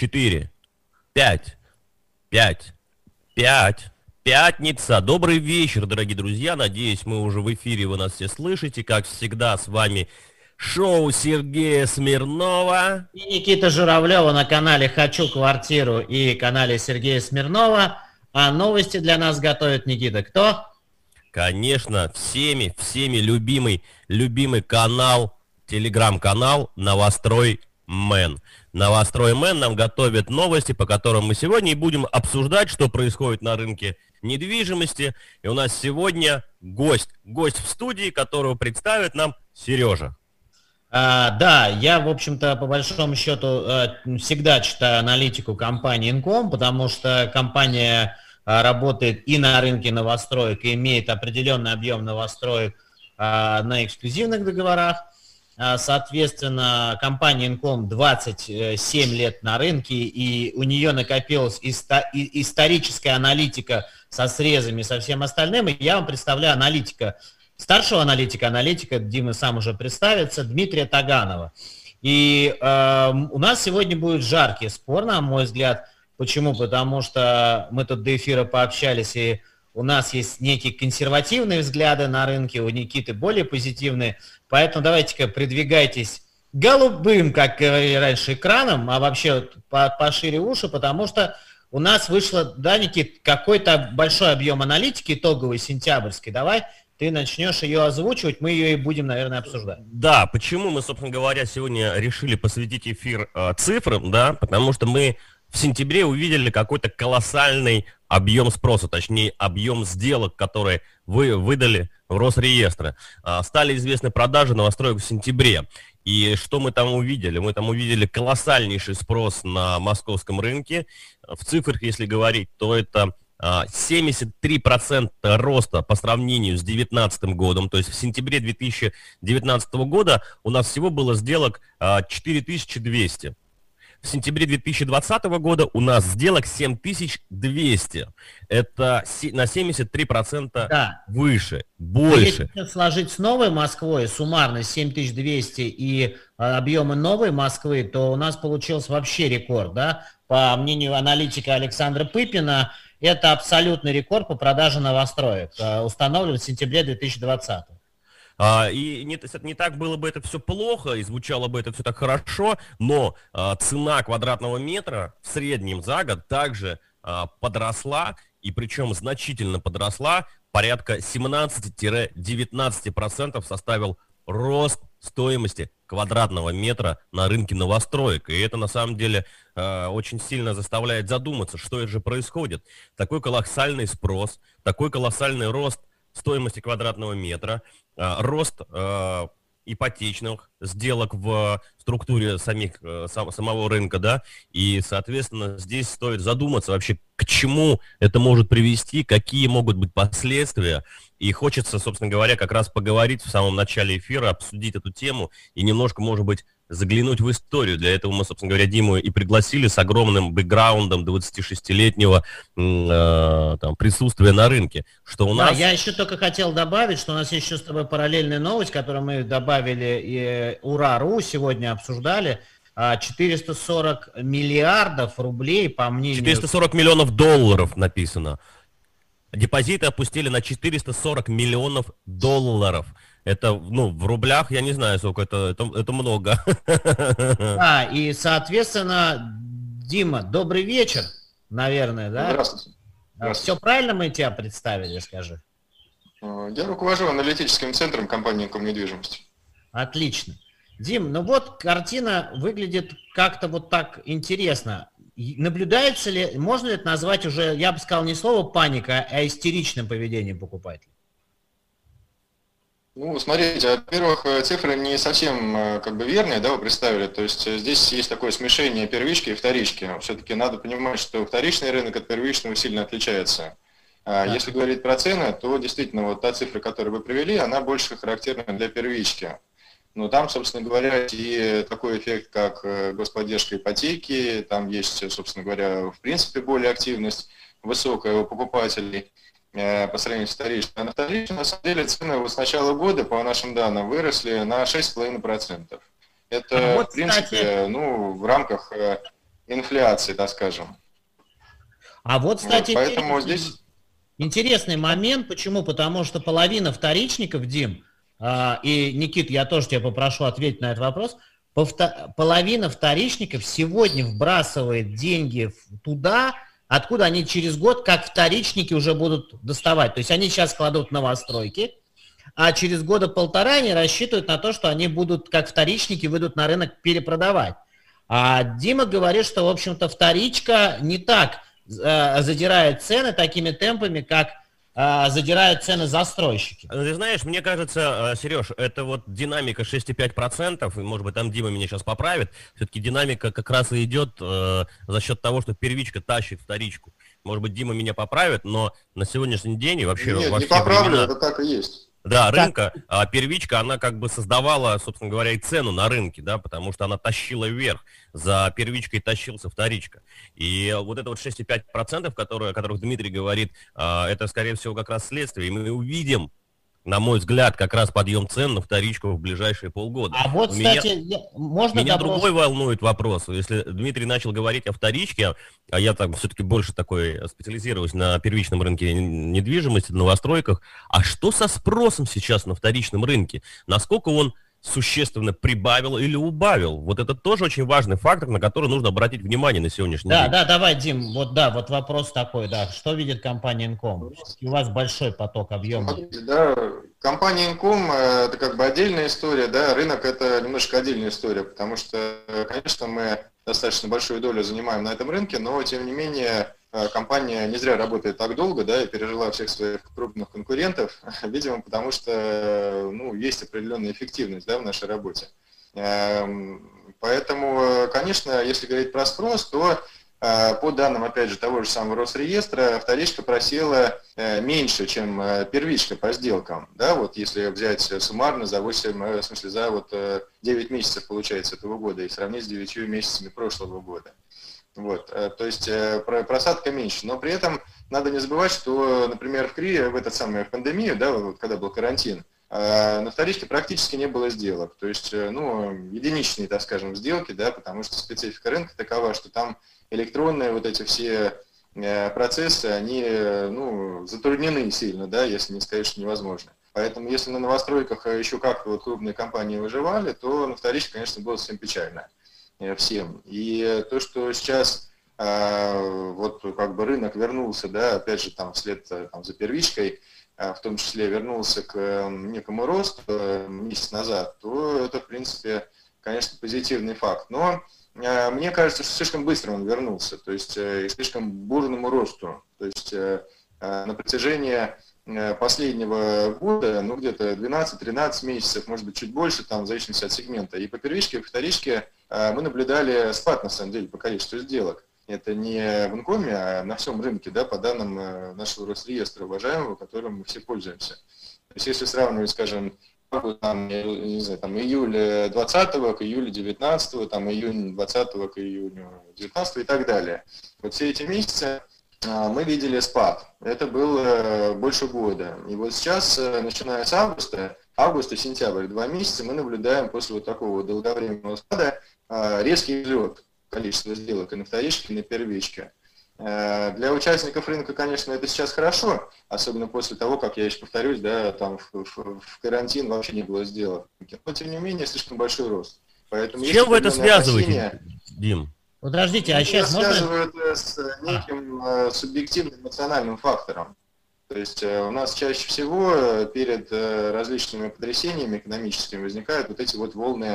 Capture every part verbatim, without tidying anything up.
четыре, пять, пять, пять. Пятница. Добрый вечер, дорогие друзья. Надеюсь, мы уже в эфире, вы нас все слышите. Как всегда, с вами шоу Сергея Смирнова. И Никита Журавлева на канале «Хочу квартиру» и канале Сергея Смирнова. А новости для нас готовит Никита. Кто? Конечно, всеми, всеми любимый, любимый канал, телеграм-канал «Новострой Мэн». «Новострой Мэн» нам готовит новости, по которым мы сегодня и будем обсуждать, что происходит на рынке недвижимости. И у нас сегодня гость, гость в студии, которого представит нам Сережа. А, да, я, в общем-то, по большому счету всегда читаю аналитику компании Инком, потому что компания работает и на рынке новостроек, и имеет определенный объем новостроек на эксклюзивных договорах. Соответственно, компания Инком двадцать семь лет на рынке, и у нее накопилась историческая аналитика со срезами, со всем остальным. И я вам представляю аналитика, старшего аналитика, аналитика, Дима сам уже представится, Дмитрия Таганова. И э, у нас сегодня будет жаркий спор, на мой взгляд. Почему? Потому что мы тут до эфира пообщались, и у нас есть некие консервативные взгляды на рынке, у Никиты более позитивные. Поэтому давайте-ка придвигайтесь голубым, как говорили раньше, экраном, а вообще пошире уши, потому что у нас вышло, да, Никит, какой-то большой объем аналитики итоговой, сентябрьской. Давай ты начнешь ее озвучивать, мы ее и будем, наверное, обсуждать. Да, почему мы, собственно говоря, сегодня решили посвятить эфир э, цифрам, да, потому что мы в сентябре увидели какой-то колоссальный объем спроса, точнее объем сделок, которые вы выдали в Росреестр. Стали известны продажи новостроек в сентябре. И что мы там увидели? Мы там увидели колоссальнейший спрос на московском рынке. В цифрах, если говорить, то это семьдесят три процента роста по сравнению с две тысячи девятнадцатым годом. То есть в сентябре две тысячи девятнадцатого года у нас всего было сделок четыре тысячи двести. В сентябре две тысячи двадцатого года у нас сделок семь тысяч двести. Это на семьдесят три процента да. Выше, больше. Если сложить с новой Москвой суммарно семь тысяч двести и объемы новой Москвы, то у нас получился вообще рекорд. Да? По мнению аналитика Александра Пыпина, это абсолютный рекорд по продаже новостроек, установлен в сентябре две тысячи двадцатого. А, и не, не так было бы это все плохо, и звучало бы это все так хорошо, но а, цена квадратного метра в среднем за год также а, подросла, и причем значительно подросла, порядка семнадцать-девятнадцать процентов составил рост стоимости квадратного метра на рынке новостроек. И это на самом деле э, очень сильно заставляет задуматься, что это же происходит. Такой колоссальный спрос, такой колоссальный рост стоимости квадратного метра, э, рост э, ипотечных сделок в структуре самих, э, сам, самого рынка, да, и, соответственно, здесь стоит задуматься вообще, к чему это может привести, какие могут быть последствия, и хочется, собственно говоря, как раз поговорить в самом начале эфира, обсудить эту тему и немножко, может быть, заглянуть в историю. Для этого мы, собственно говоря, Диму и пригласили с огромным бэкграундом двадцатишестилетнего э, там, присутствия на рынке. Что у нас... Да, я еще только хотел добавить, что у нас есть еще с тобой параллельная новость, которую мы добавили и Ура.ру сегодня обсуждали. четыреста сорок миллиардов рублей, по мнению... четыреста сорок миллионов долларов написано. Депозиты опустили на четыреста сорок миллионов долларов. Это, ну, в рублях, я не знаю, сколько это, это, это много. Да, и, соответственно, Дима, добрый вечер, наверное, да? Здравствуйте. Здравствуйте. Все правильно мы тебя представили, скажи? Я руковожу аналитическим центром компании «Инком недвижимость». Отлично. Дим, ну вот картина выглядит как-то вот так интересно. Наблюдается ли, можно ли это назвать уже, я бы сказал, не слово паника, а истеричным поведением покупателей? Ну, смотрите, во-первых, цифры не совсем как бы верные, да, вы представили. То есть здесь есть такое смешение первички и вторички. Все-таки надо понимать, что вторичный рынок от первичного сильно отличается. Да. Если говорить про цены, то действительно вот та цифра, которую вы привели, она больше характерна для первички. Но там, собственно говоря, и такой эффект, как господдержка ипотеки, там есть, собственно говоря, в принципе, более активность высокая у покупателей по сравнению с вторичной. А на вторичной, на самом деле, цены вот с начала года, по нашим данным, выросли на шесть целых пять десятых процента. Это, вот, в принципе, кстати... ну, в рамках инфляции, так скажем. А вот, кстати, вот, поэтому интересный, здесь... интересный момент. Почему? Потому что половина вторичников, Дим, а, и, Никит, я тоже тебя попрошу ответить на этот вопрос, повто- половина вторичников сегодня вбрасывает деньги в- туда, откуда они через год, как вторичники, уже будут доставать. То есть они сейчас кладут в новостройки, а через года полтора они рассчитывают на то, что они будут, как вторичники, выйдут на рынок перепродавать. А Дима говорит, что, в общем-то, вторичка не так э, задирает цены такими темпами, как э, задирают цены застройщики. Ты знаешь, мне кажется, Сереж, это вот динамика шесть и пять процентов, и, может быть, там Дима меня сейчас поправит, все-таки динамика как раз и идет э, за счет того, что первичка тащит вторичку. Может быть, Дима меня поправит, но на сегодняшний день и вообще Нет, во не все поправлю, времена... это так и есть. Да, рынка, а первичка, она как бы создавала, собственно говоря, и цену на рынке, да, потому что она тащила вверх. За первичкой тащился вторичка. И вот это вот шесть и пять процентов, которые, о которых Дмитрий говорит, а, это, скорее всего, как раз следствие. И мы увидим, на мой взгляд, как раз подъем цен на вторичку в ближайшие полгода. А вот, У меня... кстати, я- можно Меня допрос? другой волнует вопрос. Если Дмитрий начал говорить о вторичке, а я там все-таки больше такой специализируюсь на первичном рынке недвижимости, новостройках, а что со спросом сейчас на вторичном рынке? Насколько он существенно прибавил или убавил? Вот это тоже очень важный фактор, на который нужно обратить внимание на сегодняшний Да, день. да, давай, Дим, вот да, вот вопрос такой, да, что видит компания Инком? У вас большой поток объема. Смотрите, да, компания Инком э, это как бы отдельная история, да, рынок это немножко отдельная история, потому что, э, конечно, мы достаточно большую долю занимаем на этом рынке, но тем не менее э, компания не зря работает так долго, да, и пережила всех своих крупных конкурентов, видимо, потому что, э, ну, есть определенная эффективность, да, в нашей работе. Эм, Поэтому, конечно, если говорить про спрос, то по данным, опять же, того же самого Росреестра, вторичка просела меньше, чем первичка по сделкам. Да, вот если взять суммарно за восемь, в смысле, за вот девять месяцев, получается, этого года и сравнить с девятью месяцами прошлого года. Вот, то есть просадка меньше. Но при этом надо не забывать, что, например, в Крие, в этот самый в пандемию, да, вот, когда был карантин, на вторичке практически не было сделок. То есть, ну, единичные, так скажем, сделки, да, потому что специфика рынка такова, что там электронные вот эти все процессы, они, ну, затруднены сильно, да, если не сказать, что невозможно. Поэтому, если на новостройках еще как-то вот крупные компании выживали, то на вторичке, конечно, было всем печально. Всем. И то, что сейчас вот как бы рынок вернулся, да, опять же, там вслед там, за первичкой, в том числе вернулся к некому росту месяц назад, то это, в принципе, конечно, позитивный факт. Но мне кажется, что слишком быстро он вернулся, то есть и слишком бурному росту. То есть на протяжении последнего года, ну где-то двенадцать-тринадцать месяцев, может быть, чуть больше, там, в зависимости от сегмента. И по первичке, и по вторичке мы наблюдали спад, на самом деле, по количеству сделок. Это не в Инкоме, а на всем рынке, да, по данным нашего Росреестра, уважаемого, которым мы все пользуемся. То есть если сравнивать, скажем, там, не знаю, там, июля двадцатого к июлю девятнадцатого, там, июнь двадцатого к июню девятнадцатого и так далее. Вот все эти месяцы мы видели спад. Это было больше года. И вот сейчас, начиная с августа, август и сентябрь, два месяца, мы наблюдаем после вот такого долговременного спада резкий взлет количества сделок и на вторичке, и на первичке. Для участников рынка, конечно, это сейчас хорошо, особенно после того, как, я еще повторюсь, да, там в, в, в карантин вообще не было сделок. Но, тем не менее, слишком большой рост. Поэтому с чем вы это связываете, Дим? Подождите, а сейчас можно... связывают с неким а. субъективным эмоциональным фактором. То есть у нас чаще всего перед различными потрясениями экономическими возникают вот эти вот волны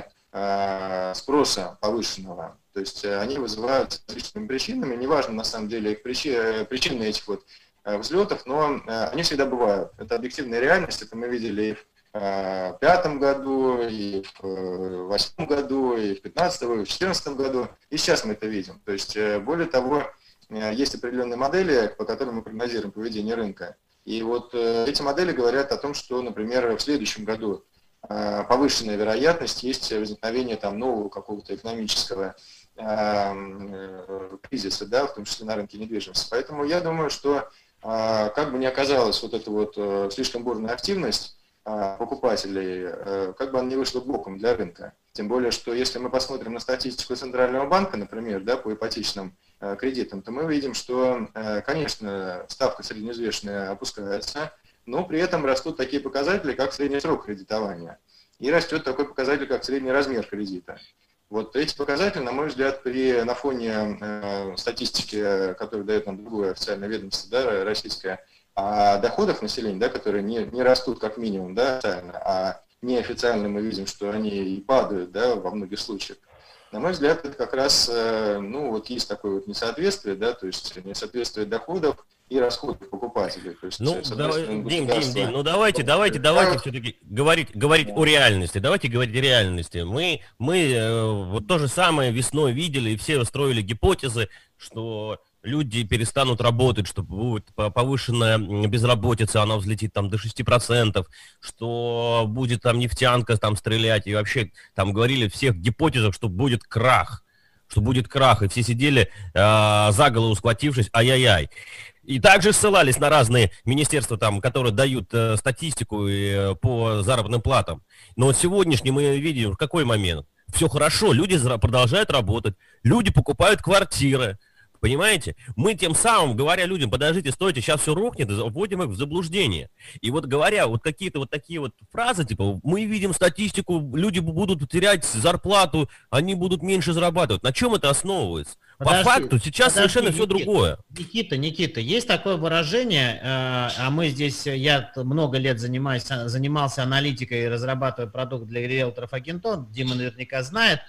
спроса повышенного. То есть они вызываются различными причинами, неважно на самом деле их причины, причины этих вот взлетов, но они всегда бывают. Это объективная реальность, это мы видели и в пятом году, и в восьмом году, и в пятнадцатом, и в четырнадцатом году, и сейчас мы это видим. То есть, более того, есть определенные модели, по которым мы прогнозируем поведение рынка. И вот эти модели говорят о том, что, например, в следующем году повышенная вероятность есть возникновение там нового какого-то экономического э, кризиса, да, в том числе на рынке недвижимости. Поэтому я думаю, что э, как бы ни оказалась вот эта вот э, слишком бурная активность, покупателей, как бы она не вышла боком для рынка. Тем более, что если мы посмотрим на статистику Центрального банка, например, да, по ипотечным кредитам, то мы видим, что, конечно, ставка среднеизвешенная опускается, но при этом растут такие показатели, как средний срок кредитования. И растет такой показатель, как средний размер кредита. Вот эти показатели, на мой взгляд, при, на фоне э, статистики, которую дает нам другое официальное ведомство, да, российское, о доходах населения, да, которые не, не растут как минимум, да, официально, а неофициально мы видим, что они и падают, да, во многих случаях. На мой взгляд, это как раз, э, ну, вот есть такое вот несоответствие, да, то есть несоответствие доходов и расходов покупателей. То есть, ну, давай, Дим, Дим, Дим, ну давайте, давайте, давайте все-таки говорить, говорить да. о реальности. Давайте говорить о реальности. Мы, мы э, вот то же самое весной видели, и все строили гипотезы, что люди перестанут работать, что будет повышенная безработица, она взлетит там до шести процентов, что будет там нефтянка там стрелять, и вообще там говорили всех гипотезах, что будет крах, что будет крах, и все сидели э, за голову схватившись, ай-яй-яй. И также ссылались на разные министерства, там, которые дают э, статистику и, э, по заработным платам. Но вот сегодняшний мы видим, в какой момент? Все хорошо, люди продолжают работать, люди покупают квартиры. Понимаете? Мы тем самым, говоря людям, подождите, стойте, сейчас все рухнет, вводим их в заблуждение. И вот говоря вот какие-то вот такие вот фразы, типа, мы видим статистику, люди будут терять зарплату, они будут меньше зарабатывать. На чем это основывается? Подожди, По факту сейчас подожди, совершенно все Никита, другое. Никита, Никита, есть такое выражение, а мы здесь, я много лет занимаюсь, занимался аналитикой и разрабатываю продукт для риэлторов Акинтон, Дима наверняка знает.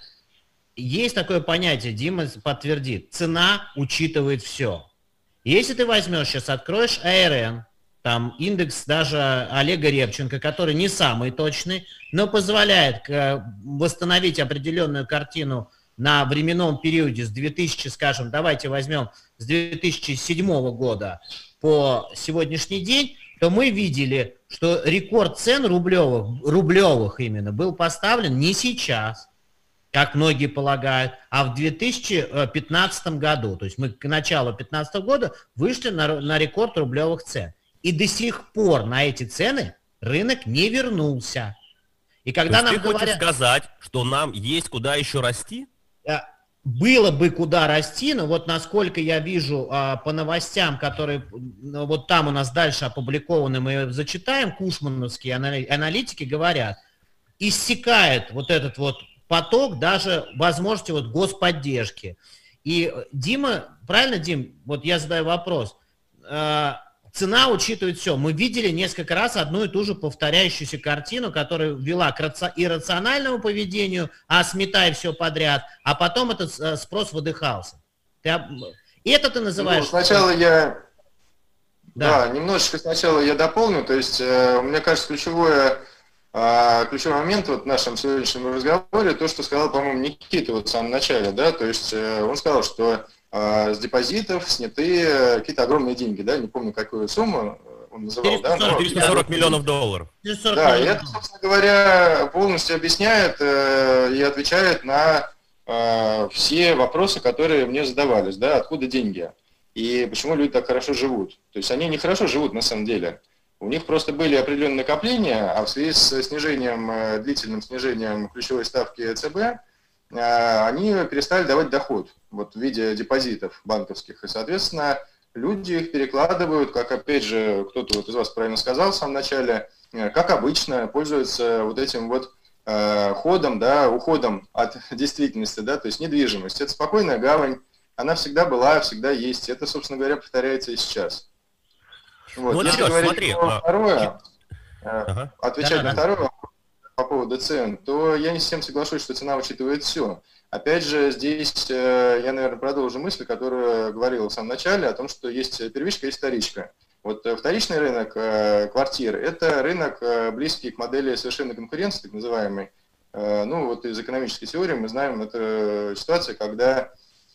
Есть такое понятие, Дима подтвердит, цена учитывает все. Если ты возьмешь сейчас, откроешь а эр эн, там индекс даже Олега Репченко, который не самый точный, но позволяет восстановить определенную картину на временном периоде с двухтысячного, скажем, давайте возьмем с две тысячи седьмого года по сегодняшний день, то мы видели, что рекорд цен рублевых, рублевых именно был поставлен не сейчас, как многие полагают, а в две тысячи пятнадцатом году. То есть мы к началу две тысячи пятнадцатого года вышли на, на рекорд рублевых цен. И до сих пор на эти цены рынок не вернулся. И когда нам ты говорят, хочешь сказать, что нам есть куда еще расти? Было бы куда расти, но вот насколько я вижу по новостям, которые вот там у нас дальше опубликованы, мы зачитаем, кушмановские аналитики говорят, иссякает вот этот вот поток даже возможности вот господдержки. И Дима, правильно, Дим, вот я задаю вопрос, э, цена учитывает все. Мы видели несколько раз одну и ту же повторяющуюся картину, которая вела к иррациональному поведению, а сметай все подряд, а потом этот э, спрос выдыхался. Ты, и это ты называешь... Ну, сначала я... Да. да, немножечко сначала я дополню, то есть, э, мне кажется, ключевое... А ключевой момент вот в нашем сегодняшнем разговоре, то, что сказал, по-моему, Никита вот в самом начале, да, то есть он сказал, что э, с депозитов сняты какие-то огромные деньги, да, не помню, какую сумму он называл, да, но... триста сорок миллионов долларов. Да, и это, собственно говоря, полностью объясняет э, и отвечает на э, все вопросы, которые мне задавались, да, откуда деньги и почему люди так хорошо живут. То есть они не хорошо живут на самом деле. У них просто были определенные накопления, а в связи с снижением, длительным снижением ключевой ставки цэ бэ, они перестали давать доход вот, в виде депозитов банковских. И, соответственно, люди их перекладывают, как, опять же, кто-то вот из вас правильно сказал в самом начале, как обычно, пользуются вот этим вот ходом, да, уходом от действительности, да, то есть недвижимость. Это спокойная гавань, она всегда была, всегда есть. Это, собственно говоря, повторяется и сейчас. Вот. Вот, Если Сереж, говорить смотри, про а... второе, ага. отвечать да, на да. второй вопрос по поводу цен, то я не совсем соглашусь, что цена учитывает все. Опять же, здесь я, наверное, продолжу мысль, которую говорил в самом начале, о том, что есть первичка и вторичка. Вот вторичный рынок квартир – это рынок, близкий к модели совершенной конкуренции, так называемой. Ну, вот из экономической теории мы знаем, это ситуация, когда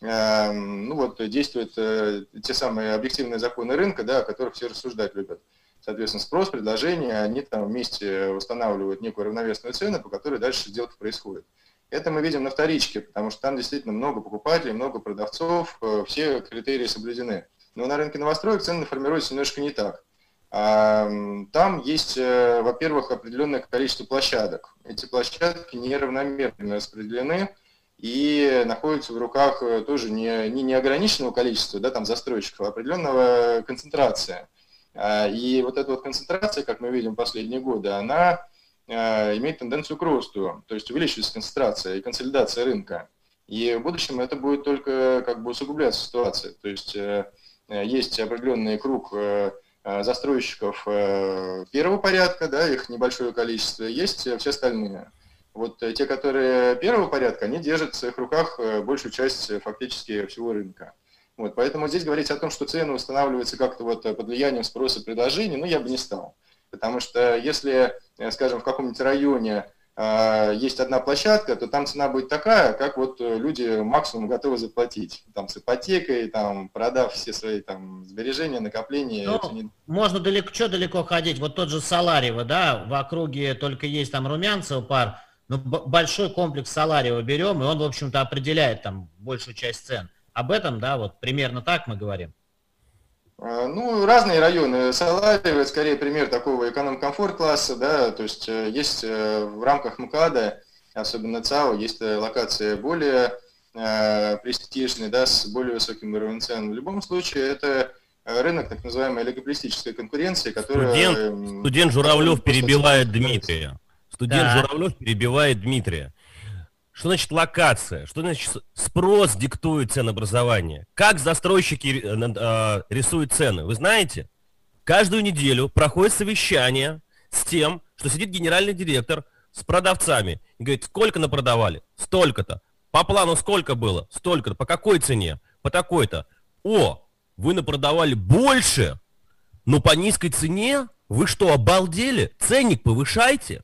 ну вот действуют те самые объективные законы рынка, да, о которых все рассуждать любят. Соответственно, спрос, предложение, они там вместе устанавливают некую равновесную цену, по которой дальше сделка происходит. Это мы видим на вторичке, потому что там действительно много покупателей, много продавцов, все критерии соблюдены. Но на рынке новостроек цены формируются немножко не так. Там есть, во-первых, определенное количество площадок. Эти площадки неравномерно распределены и находятся в руках тоже не, не неограниченного количества, да, там, застройщиков, а определенного концентрация. И вот эта вот концентрация, как мы видим в последние годы, она имеет тенденцию к росту, то есть увеличивается концентрация и консолидация рынка. И в будущем это будет только как бы усугубляться ситуация. То есть есть определенный круг застройщиков первого порядка, да, их небольшое количество, есть все остальные. Вот те, которые первого порядка, они держат в своих руках большую часть фактически всего рынка. Вот, поэтому здесь говорить о том, что цены устанавливаются как-то вот под влиянием спроса и предложения, ну, я бы не стал. Потому что если, скажем, в каком-нибудь районе есть одна площадка, то там цена будет такая, как вот люди максимум готовы заплатить. Там с ипотекой, там, продав все свои там сбережения, накопления. Ну, не... Можно далеко, что далеко ходить. Вот тот же Саларьево, да, в округе только есть там Румянцево пар, но большой комплекс Саларьево берем, и он, в общем-то, определяет там большую часть цен. Об этом, да, вот примерно так мы говорим. Ну, разные районы. Саларьево, это скорее пример такого эконом-комфорт класса, да, то есть есть в рамках МКАДа, особенно ЦАО, есть локации более э, престижные, да, с более высоким уровнем цен. В любом случае, это рынок так называемой олигополистической конкуренции, которая... Студент, студент Журавлев перебивает Дмитрия. Студент Да. Журавлев перебивает Дмитрия. Что значит локация? Что значит спрос диктует ценообразование? Как застройщики э, рисуют цены? Вы знаете? Каждую неделю проходит совещание с тем, что сидит генеральный директор с продавцами и говорит, сколько напродавали? Столько-то. По плану сколько было? Столько-то. По какой цене? По такой-то. О, вы напродавали больше, но по низкой цене? Вы что, обалдели? Ценник повышайте.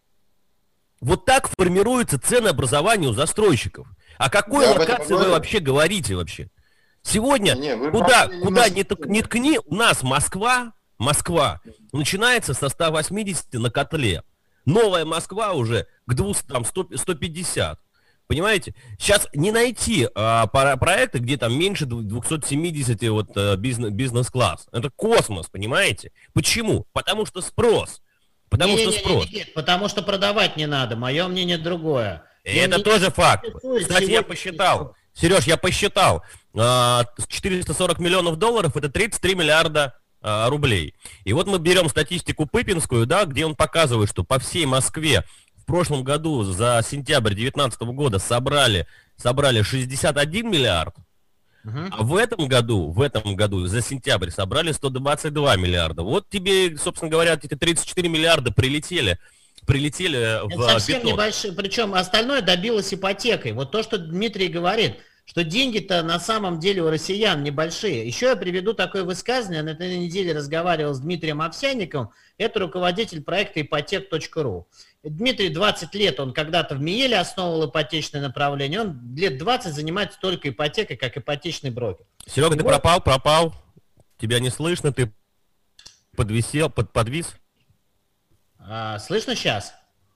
Вот так формируется ценообразование у застройщиков. О какой Я локации вы вообще говорите вообще? Сегодня, Не, вы куда, вообще куда немножко- не, ткни- не ткни, у нас Москва, Москва начинается со ста восьмидесяти на котле. Новая Москва уже к двухстам, там, сто, сто пятьдесят. Понимаете? Сейчас не найти а, пара- проекты, где там меньше двухсот семидесяти вот, а, бизнес, бизнес-класс. Это космос, понимаете? Почему? Потому что спрос. Потому Не, что не, не, спрос. не, не, потому что продавать не надо. Мое мнение другое. И Меня это не тоже факт. интересует Кстати, я сегодня- посчитал. Сереж, я посчитал. А, четыреста сорок миллионов долларов это тридцать три миллиарда а, рублей. И вот мы берем статистику Пыпинскую, да, где он показывает, что по всей Москве в прошлом году за сентябрь две тысячи девятнадцатого года собрали, собрали шестьдесят один миллиард. Мгм. А в этом году, в этом году за сентябрь собрали сто двадцать два миллиарда. Вот тебе, собственно говоря, эти тридцать четыре миллиарда прилетели, прилетели Это в совсем бетон. небольшие, причем остальное добилось ипотекой. Вот то, что Дмитрий говорит, что деньги-то на самом деле у россиян небольшие. Еще я приведу такое высказывание. На этой неделе разговаривал с Дмитрием Овсянниковым, это руководитель проекта ипотек точка ру. Дмитрий двадцать лет, он когда-то в МИЭЛе основывал ипотечное направление, он лет двадцать занимается только ипотекой, как ипотечный брокер. Серега, ты Вот. пропал, пропал. Тебя не слышно, ты подвисел, под, подвис. А, слышно сейчас?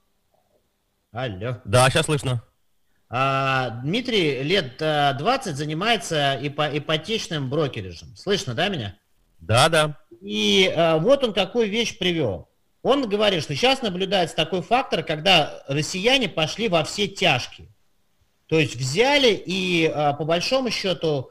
Алло. Да, сейчас слышно. А, Дмитрий лет а, двадцать занимается ипо- ипотечным брокериджем. Слышно, да, меня? Да, да. И а, вот он какую вещь привел. Он говорит, что сейчас наблюдается такой фактор, когда россияне пошли во все тяжкие. То есть взяли и а, по большому счету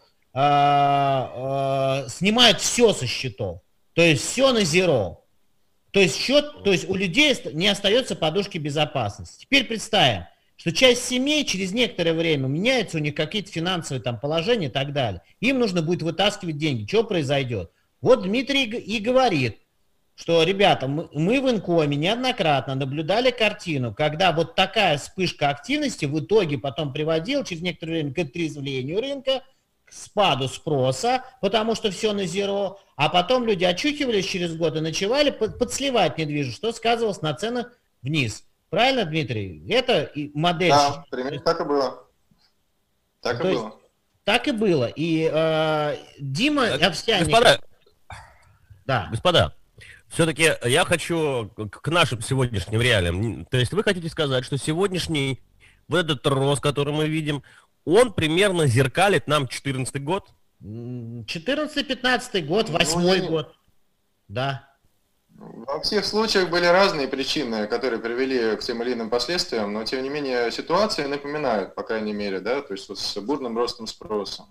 а, а, снимают все со счетов. То есть все на зеро. То есть счет, то есть у людей ост- не остается подушки безопасности. Теперь представим, что часть семей через некоторое время меняются, у них какие-то финансовые там положения и так далее. Им нужно будет вытаскивать деньги. Что произойдет? Вот Дмитрий г- и говорит, что, ребята, мы, мы в Инкоме неоднократно наблюдали картину, когда вот такая вспышка активности в итоге потом приводила через некоторое время к отрезвлению рынка, к спаду спроса, потому что все на зеро, а потом люди очухивались через год и начинали под- подсливать недвижимость, что сказывалось на ценах вниз. Правильно, Дмитрий? Это и модель. Да, примерно так и было. Так То и есть- было. Так и было. И э, Дима Овсянников... Господа, Да. господа, все-таки я хочу к к нашим сегодняшним реалиям. То есть вы хотите сказать, что сегодняшний вот этот рост, который мы видим, он примерно зеркалит нам четырнадцатый год? четырнадцатый-пятнадцатый год, Ну, восьмой я не- год. Да. Во всех случаях были разные причины, которые привели к тем или иным последствиям, но тем не менее ситуация напоминает, по крайней мере, да, то есть вот с бурным ростом спроса.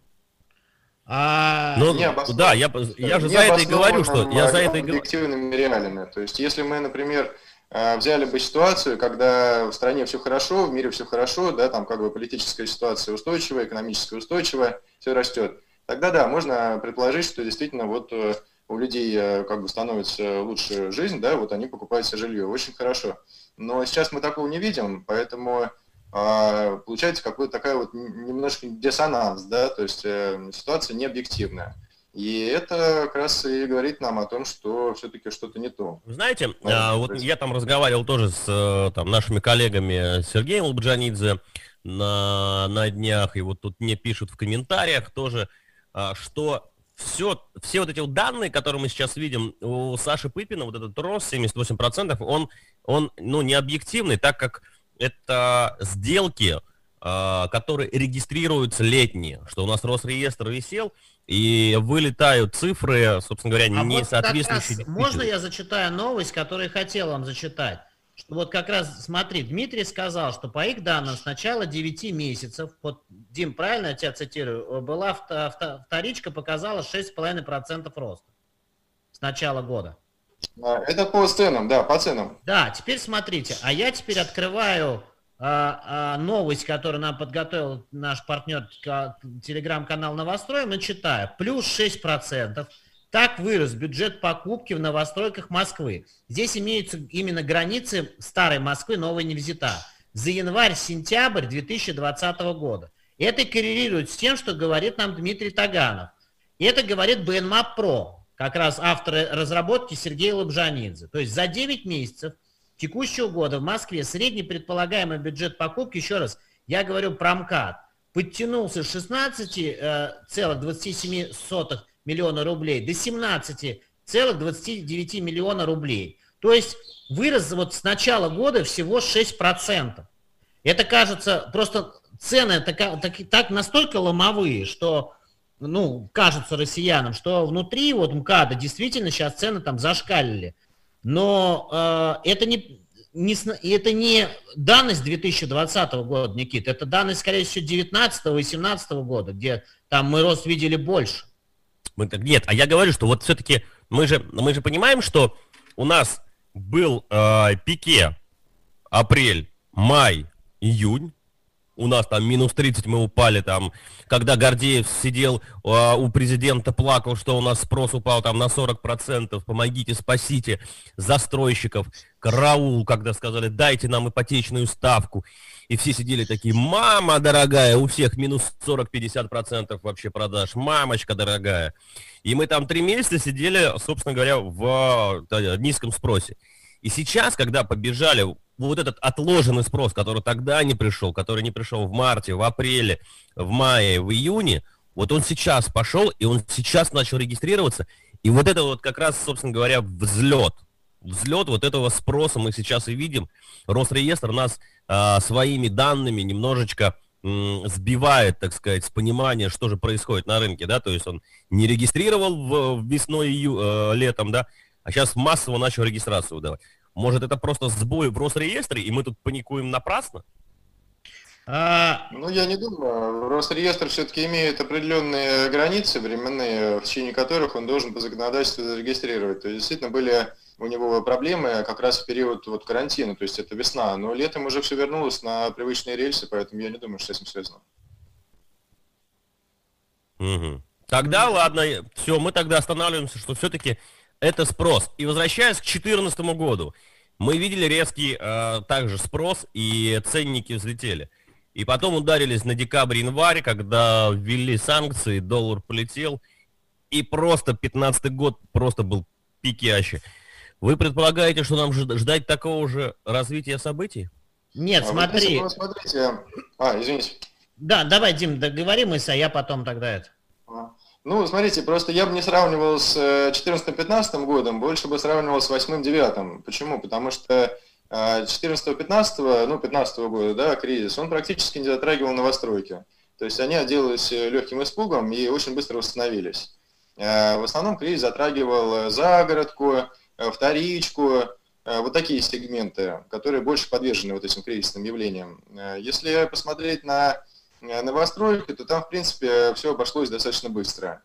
А... Ну, да, я, я же за это и говорю, что я за это и говорю. Объективными реалиями. То есть если мы, например, взяли бы ситуацию, когда в стране все хорошо, в мире все хорошо, да, там как бы политическая ситуация устойчивая, экономическая устойчивая, все растет, тогда да, можно предположить, что действительно вот у людей как бы становится лучше жизнь, да, вот они покупают себе жилье, очень хорошо. Но сейчас мы такого не видим, поэтому а, получается какой-то такая вот немножко диссонанс, да, то есть э, ситуация не объективная. И это как раз и говорит нам о том, что все-таки что-то не то. Вы знаете, а, вот я там разговаривал тоже с там, нашими коллегами Сергеем Лобжанидзе на, на днях, и вот тут мне пишут в комментариях тоже, а, что все, все вот эти вот данные, которые мы сейчас видим у Саши Пыпина, вот этот рост семьдесят восемь процентов, он, он ну, не объективный, так как это сделки, э, которые регистрируются летние, что у нас Росреестр висел, и вылетают цифры, собственно говоря, а не вот соответствующие. Можно я зачитаю новость, которую хотел вам зачитать? Что вот как раз, смотри, Дмитрий сказал, что по их данным с начала девяти месяцев, вот, Дим, правильно я тебя цитирую, была вторичка, показала шесть целых пять десятых процента роста с начала года. Это по ценам, да, по ценам. Да, теперь смотрите, а я теперь открываю а, а, новость, которую нам подготовил наш партнер телеграм-канал «Новострой», мы читаем, плюс шесть процентов. Так вырос бюджет покупки в новостройках Москвы. Здесь имеются именно границы старой Москвы, новой Невзита. За январь-сентябрь две тысячи двадцатого года. Это коррелирует с тем, что говорит нам Дмитрий Таганов. И это говорит BNMap Pro, как раз автор разработки Сергей Лобжанидзе. То есть за девять месяцев текущего года в Москве средний предполагаемый бюджет покупки, еще раз, я говорю про МКАД, подтянулся с шестнадцати целых двадцати семи сотых миллиона рублей до семнадцати целых двадцати девяти миллиона рублей. То есть вырос вот с начала года всего шесть процентов. Это кажется, просто цены так, так, так настолько ломовые, что, ну, кажется россиянам, что внутри вот МКАДа действительно сейчас цены там зашкалили. Но э, это, не, не, это не данность две тысячи двадцатого года, Никита, это данность, скорее всего, две тысячи девятнадцатого и две тысячи семнадцатого года, где там мы рост видели больше. Мы, нет, а я говорю, что вот все-таки мы же, мы же понимаем, что у нас был э, пике апрель, май, июнь. У нас там минус тридцать, мы упали там, когда Гордеев сидел э, у президента, плакал, что у нас спрос упал там на сорок процентов, помогите, спасите застройщиков, караул, когда сказали, дайте нам ипотечную ставку, и все сидели такие, мама дорогая, у всех минус сорок-пятьдесят процентов вообще продаж, мамочка дорогая. И мы там три месяца сидели, собственно говоря, в э, низком спросе. И сейчас, когда побежали вот этот отложенный спрос, который тогда не пришел, который не пришел в марте, в апреле, в мае, в июне, вот он сейчас пошел, и он сейчас начал регистрироваться. И вот это вот как раз, собственно говоря, взлет. Взлет вот этого спроса мы сейчас и видим. Росреестр нас а, своими данными немножечко м, сбивает, так сказать, с понимания, что же происходит на рынке, да, то есть он не регистрировал в, в весной, ию, э, летом, да, а сейчас массово начал регистрацию давать. Может, это просто сбой в Росреестре, и мы тут паникуем напрасно? А... Ну, я не думаю. Росреестр все-таки имеет определенные границы временные, в течение которых он должен по законодательству зарегистрировать. То есть, действительно, были у него проблемы как раз в период вот, карантина, то есть это весна. Но летом уже все вернулось на привычные рельсы, поэтому я не думаю, что с этим связано. Угу. Тогда, ладно, все, мы тогда останавливаемся, что все-таки... Это спрос. И возвращаясь к две тысячи четырнадцатому году, мы видели резкий э, также спрос, и ценники взлетели. И потом ударились на декабрь-январь, когда ввели санкции, доллар полетел, и просто пятнадцатый год просто был пикящий. Вы предполагаете, что нам ждать такого же развития событий? Нет, а смотри. Вы, смотрите. А, извините. Да, давай, Дим, договори мысль, а я потом тогда это. Ну, смотрите, просто я бы не сравнивал с четырнадцатым-пятнадцатым годом, больше бы сравнивал с восьмым-девятым. Почему? Потому что четырнадцатого-пятнадцатого, ну, пятнадцатого года, да, кризис, он практически не затрагивал новостройки. То есть они отделались легким испугом и очень быстро восстановились. В основном кризис затрагивал загородку, вторичку, вот такие сегменты, которые больше подвержены вот этим кризисным явлениям. Если посмотреть на новостройки, то там, в принципе, все обошлось достаточно быстро.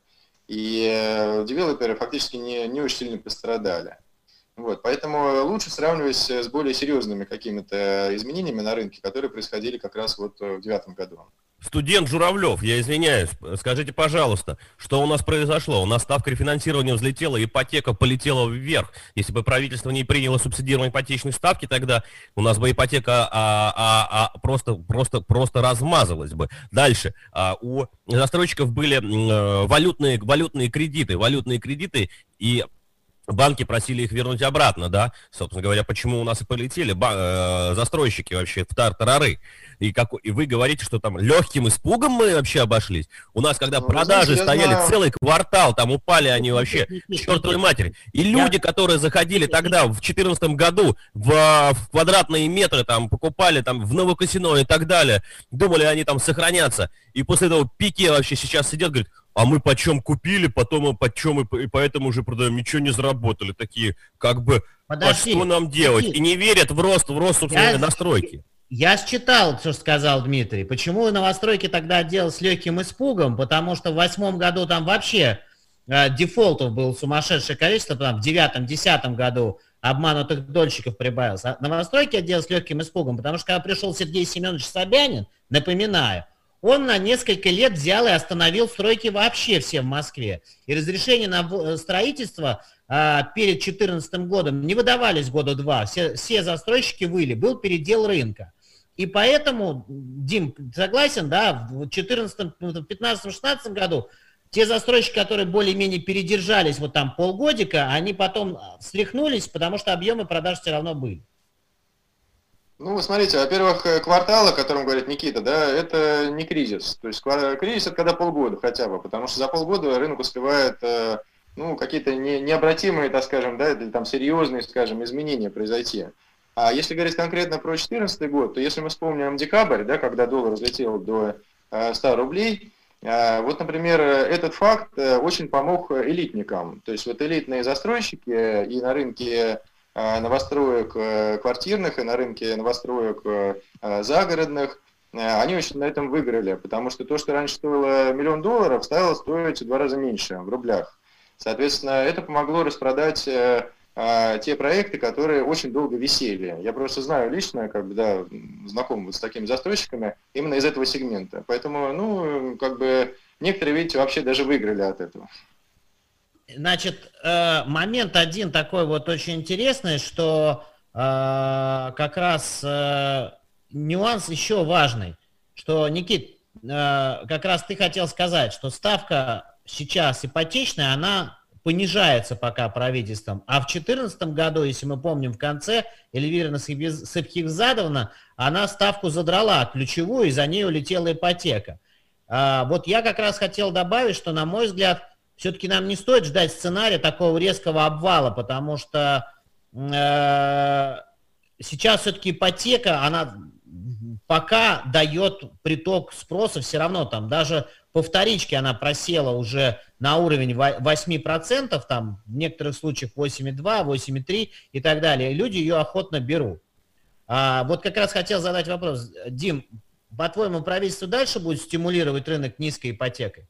И девелоперы фактически не, не очень сильно пострадали. Вот, поэтому лучше сравнивать с более серьезными какими-то изменениями на рынке, которые происходили как раз вот в две тысячи девятом году. Студент Журавлев, я извиняюсь, скажите, пожалуйста, что у нас произошло? У нас ставка рефинансирования взлетела, ипотека полетела вверх. Если бы правительство не приняло субсидирование ипотечной ставки, тогда у нас бы ипотека а, а, а, просто, просто, просто размазалась бы. Дальше. А, у застройщиков были а, валютные, валютные кредиты, валютные кредиты, и банки просили их вернуть обратно, да, собственно говоря, почему у нас и полетели ба- э, застройщики вообще в тар-тарары. И, как, и вы говорите, что там легким испугом мы вообще обошлись. У нас, когда ну, продажи знаете, стояли знаю... целый квартал, там упали они вообще к чертовой матери. И люди, я... которые заходили тогда, в две тысячи четырнадцатом году, в, в квадратные метры, там, покупали там в Новокосино и так далее, думали, они там сохранятся. И после этого пике вообще сейчас сидят, говорят, а мы почем купили, потом почем и поэтому уже продаем, ничего не заработали. Такие, как бы, подожди, а что нам делать? Подожди. И не верят в рост, в рост собственной настройки. Я считал, что сказал Дмитрий. Почему новостройки тогда отделались с легким испугом? Потому что в восьмом году там вообще э, дефолтов было сумасшедшее количество, там в девятом-десятом году обманутых дольщиков прибавилось. А новостройки отделались с легким испугом, потому что когда пришел Сергей Семенович Собянин, напоминаю, он на несколько лет взял и остановил стройки вообще все в Москве. И разрешения на строительство а, перед две тысячи четырнадцатым годом не выдавались года два. Все, все застройщики выли, был передел рынка. И поэтому, Дим, согласен, да, в четырнадцатом, пятнадцатом, шестнадцатом году те застройщики, которые более-менее передержались вот там полгодика, они потом встряхнулись, потому что объемы продаж все равно были. Ну, смотрите, во-первых, квартал, о котором говорит Никита, да, это не кризис. То есть кризис это когда полгода хотя бы, потому что за полгода рынок успевает, ну, какие-то не, необратимые, так скажем, да, или там серьезные, скажем, изменения произойти. А если говорить конкретно про две тысячи четырнадцатый год, то если мы вспомним декабрь, да, когда доллар взлетел до ста рублей, вот, например, этот факт очень помог элитникам. То есть вот элитные застройщики и на рынке новостроек квартирных и на рынке новостроек загородных, они очень на этом выиграли, потому что то, что раньше стоило миллион долларов, стало стоить в два раза меньше в рублях. Соответственно, это помогло распродать те проекты, которые очень долго висели. Я просто знаю лично, как бы, да, знаком вот с такими застройщиками именно из этого сегмента. Поэтому, ну, как бы, некоторые, видите, вообще даже выиграли от этого. Значит, момент один такой вот очень интересный, что как раз нюанс еще важный, что, Никит, как раз ты хотел сказать, что ставка сейчас ипотечная, она понижается пока правительством, а в две тысячи четырнадцатом году, если мы помним, в конце Эльвира Сыбхигзадовна, она ставку задрала ключевую, и за ней улетела ипотека. Вот я как раз хотел добавить, что, на мой взгляд, все-таки нам не стоит ждать сценария такого резкого обвала, потому что э, сейчас все-таки ипотека, она пока дает приток спроса все равно, там даже по вторичке она просела уже на уровень восемь процентов, там в некоторых случаях восемь и два, восемь и три и так далее. И люди ее охотно берут. А, вот как раз хотел задать вопрос. Дим, по-твоему, правительство дальше будет стимулировать рынок низкой ипотекой?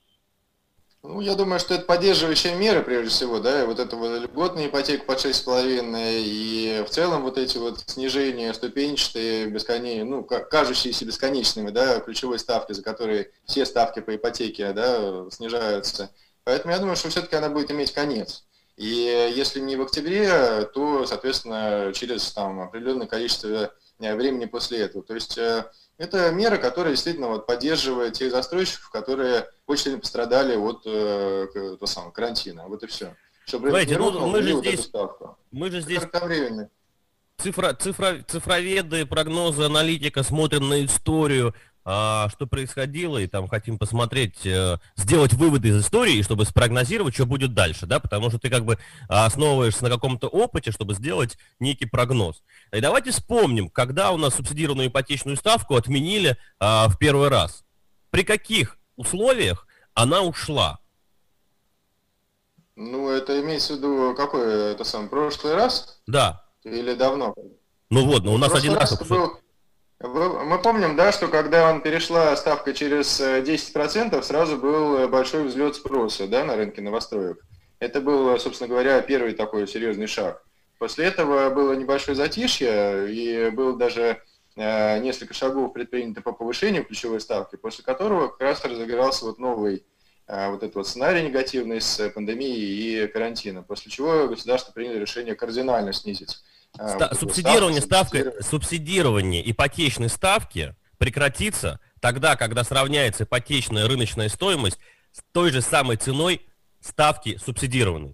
Ну, я думаю, что это поддерживающие меры, прежде всего, да, и вот это вот льготная ипотека под шесть с половиной, и в целом вот эти вот снижения ступенчатые, бесконечные, ну, кажущиеся бесконечными, да, ключевой ставки, за которые все ставки по ипотеке, да, снижаются. Поэтому я думаю, что все-таки она будет иметь конец. И если не в октябре, то, соответственно, через там определенное количество времени после этого. То есть это мера, которая действительно вот поддерживает тех застройщиков, которые очень сильно пострадали от э, того самого карантина. Вот и все. Чтобы Знаете, ну, рухнул, мы, же вот здесь, мы же здесь цифра, цифра, цифроведы, прогнозы, аналитика, смотрим на историю, а, что происходило, и там хотим посмотреть, э, сделать выводы из истории, чтобы спрогнозировать, что будет дальше, да, потому что ты как бы основываешься на каком-то опыте, чтобы сделать некий прогноз. И давайте вспомним, когда у нас субсидированную ипотечную ставку отменили а, в первый раз. При каких условиях она ушла? Ну, это имеется в виду какой это сам прошлый раз Да. или давно? Ну вот, но у В нас один прошлый раз... раз это был... Вы- Мы помним, да, что когда он перешла ставка через э, десять процентов, сразу был большой взлет спроса, да, на рынке новостроек. Это был, собственно говоря, первый такой серьезный шаг. После этого было небольшое затишье, и было даже э, несколько шагов предпринято по повышению ключевой ставки, после которого как раз разыгрался вот новый э, вот этот вот сценарий негативный с пандемией и карантином, после чего государство приняло решение кардинально снизить э, Ста- вот эту вот субсидирование, ставку, ставка, субсидирование. субсидирование ипотечной ставки прекратится тогда, когда сравняется ипотечная рыночная стоимость с той же самой ценой ставки субсидированной.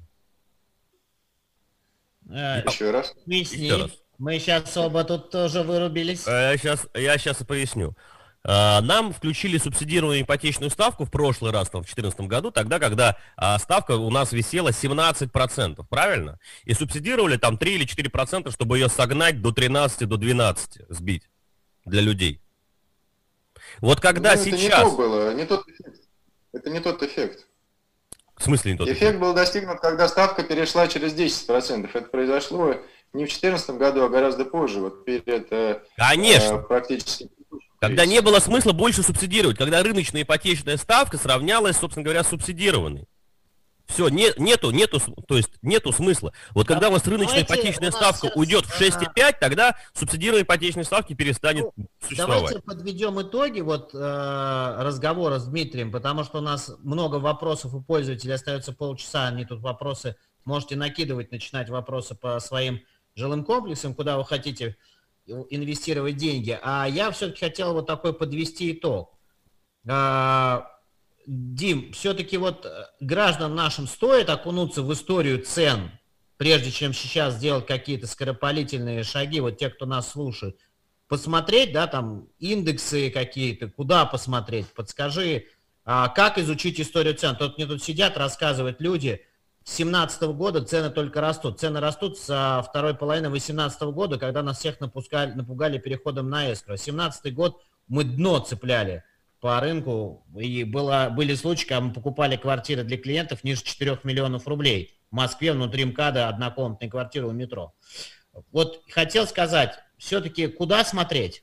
Э, Еще раз. Поясни. Еще раз. Мы сейчас оба тут тоже вырубились. Я сейчас, я сейчас и поясню. А, Нам включили субсидированную ипотечную ставку в прошлый раз, там, в две тысячи четырнадцатом году, тогда, когда а, ставка у нас висела семнадцать процентов, правильно? И субсидировали там три или четыре процента, чтобы ее согнать до тринадцати, до двенадцати, сбить для людей. Вот когда Ну, это не сейчас... то было, не тот эффект. Это не тот эффект. В смысле не тот эффект? Эффект был достигнут, когда ставка перешла через десять процентов. Это произошло не в две тысячи четырнадцатом году, а гораздо позже, вот перед э, Конечно. э, практически... Когда не было смысла больше субсидировать, когда рыночная ипотечная ставка сравнялась, собственно говоря, с субсидированной. Все, не, нету, нету, с- то есть нету смысла. Вот когда у нас рыночная Давайте ипотечная у нас ставка сейчас, уйдет в шесть и пять, тогда субсидированная ипотечной ставки перестанет существовать. Давайте подведем итоги вот э, разговора с Дмитрием, потому что у нас много вопросов у пользователей, остается полчаса, они тут вопросы, можете накидывать, начинать вопросы по своим жилым комплексам, куда вы хотите инвестировать деньги. А я все-таки хотел вот такой подвести итог. А, Дим, все-таки вот э, гражданам нашим стоит окунуться в историю цен, прежде чем сейчас сделать какие-то скоропалительные шаги, вот те, кто нас слушает, посмотреть, да, там, индексы какие-то, куда посмотреть, подскажи, а, как изучить историю цен. Тут мне тут сидят, рассказывают люди, с семнадцатого года цены только растут. Цены растут со второй половины восемнадцатого года, когда нас всех напускали, напугали переходом на эскро. семнадцатый год мы дно цепляли по рынку, и было, были случаи, когда мы покупали квартиры для клиентов ниже четырёх миллионов рублей. В Москве внутри МКАДа однокомнатная квартира у метро. Вот хотел сказать, все-таки куда смотреть?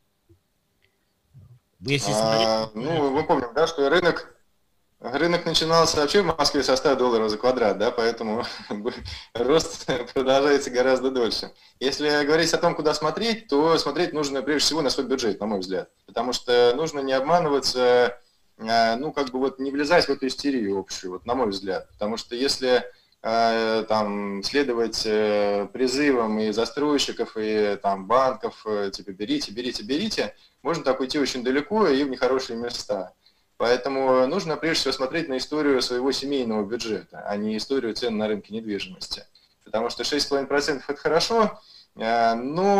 Если А, смотреть... ну, мы помним, да, что рынок, рынок начинался вообще в Москве со ста долларов за квадрат, да, поэтому рост продолжается гораздо дольше. Если говорить о том, куда смотреть, то смотреть нужно прежде всего на свой бюджет, на мой взгляд, потому что нужно не обманываться, а, ну, как бы вот не влезать в эту истерию общую, вот, на мой взгляд, потому что если а, там следовать э, призывам и застройщиков, и там банков, э, типа берите, берите, берите, можно так уйти очень далеко и в нехорошие места. Поэтому нужно прежде всего смотреть на историю своего семейного бюджета, а не историю цен на рынке недвижимости. Потому что шесть целых пять десятых процента это хорошо, э,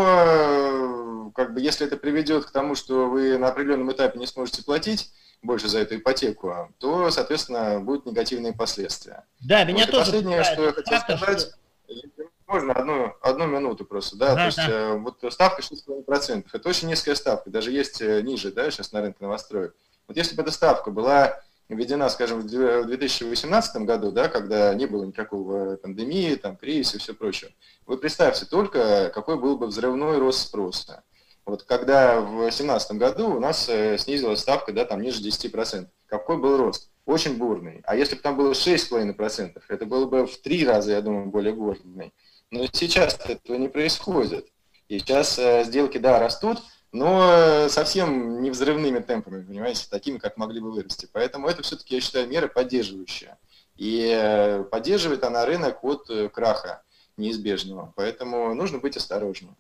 но как бы, если это приведет к тому, что вы на определенном этапе не сможете платить больше за эту ипотеку, то, соответственно, будут негативные последствия. Да, меня Вот, и тоже последнее, что я хотел факт, сказать, что- если можно одну, одну минуту просто, да, Да, то есть да. э, вот ставка шесть целых пять десятых процента, это очень низкая ставка, даже есть э, ниже, да, сейчас на рынке новостроек. Вот если бы эта ставка была введена, скажем, в две тысячи восемнадцатом году, да, когда не было никакого пандемии, там, кризиса и все прочее, вы представьте только, какой был бы взрывной рост спроса. Вот когда в две тысячи семнадцатом году у нас э, снизилась ставка, да, там ниже десяти процентов. Какой был рост? Очень бурный. А если бы там было шесть целых пять десятых процента, это было бы в три раза, я думаю, более бурный. Но сейчас этого не происходит. И сейчас э, сделки, да, растут, но э, совсем не взрывными темпами, понимаете, такими, как могли бы вырасти. Поэтому это все-таки, я считаю, мера поддерживающая. И э, поддерживает она рынок от э, краха неизбежного. Поэтому нужно быть осторожнее.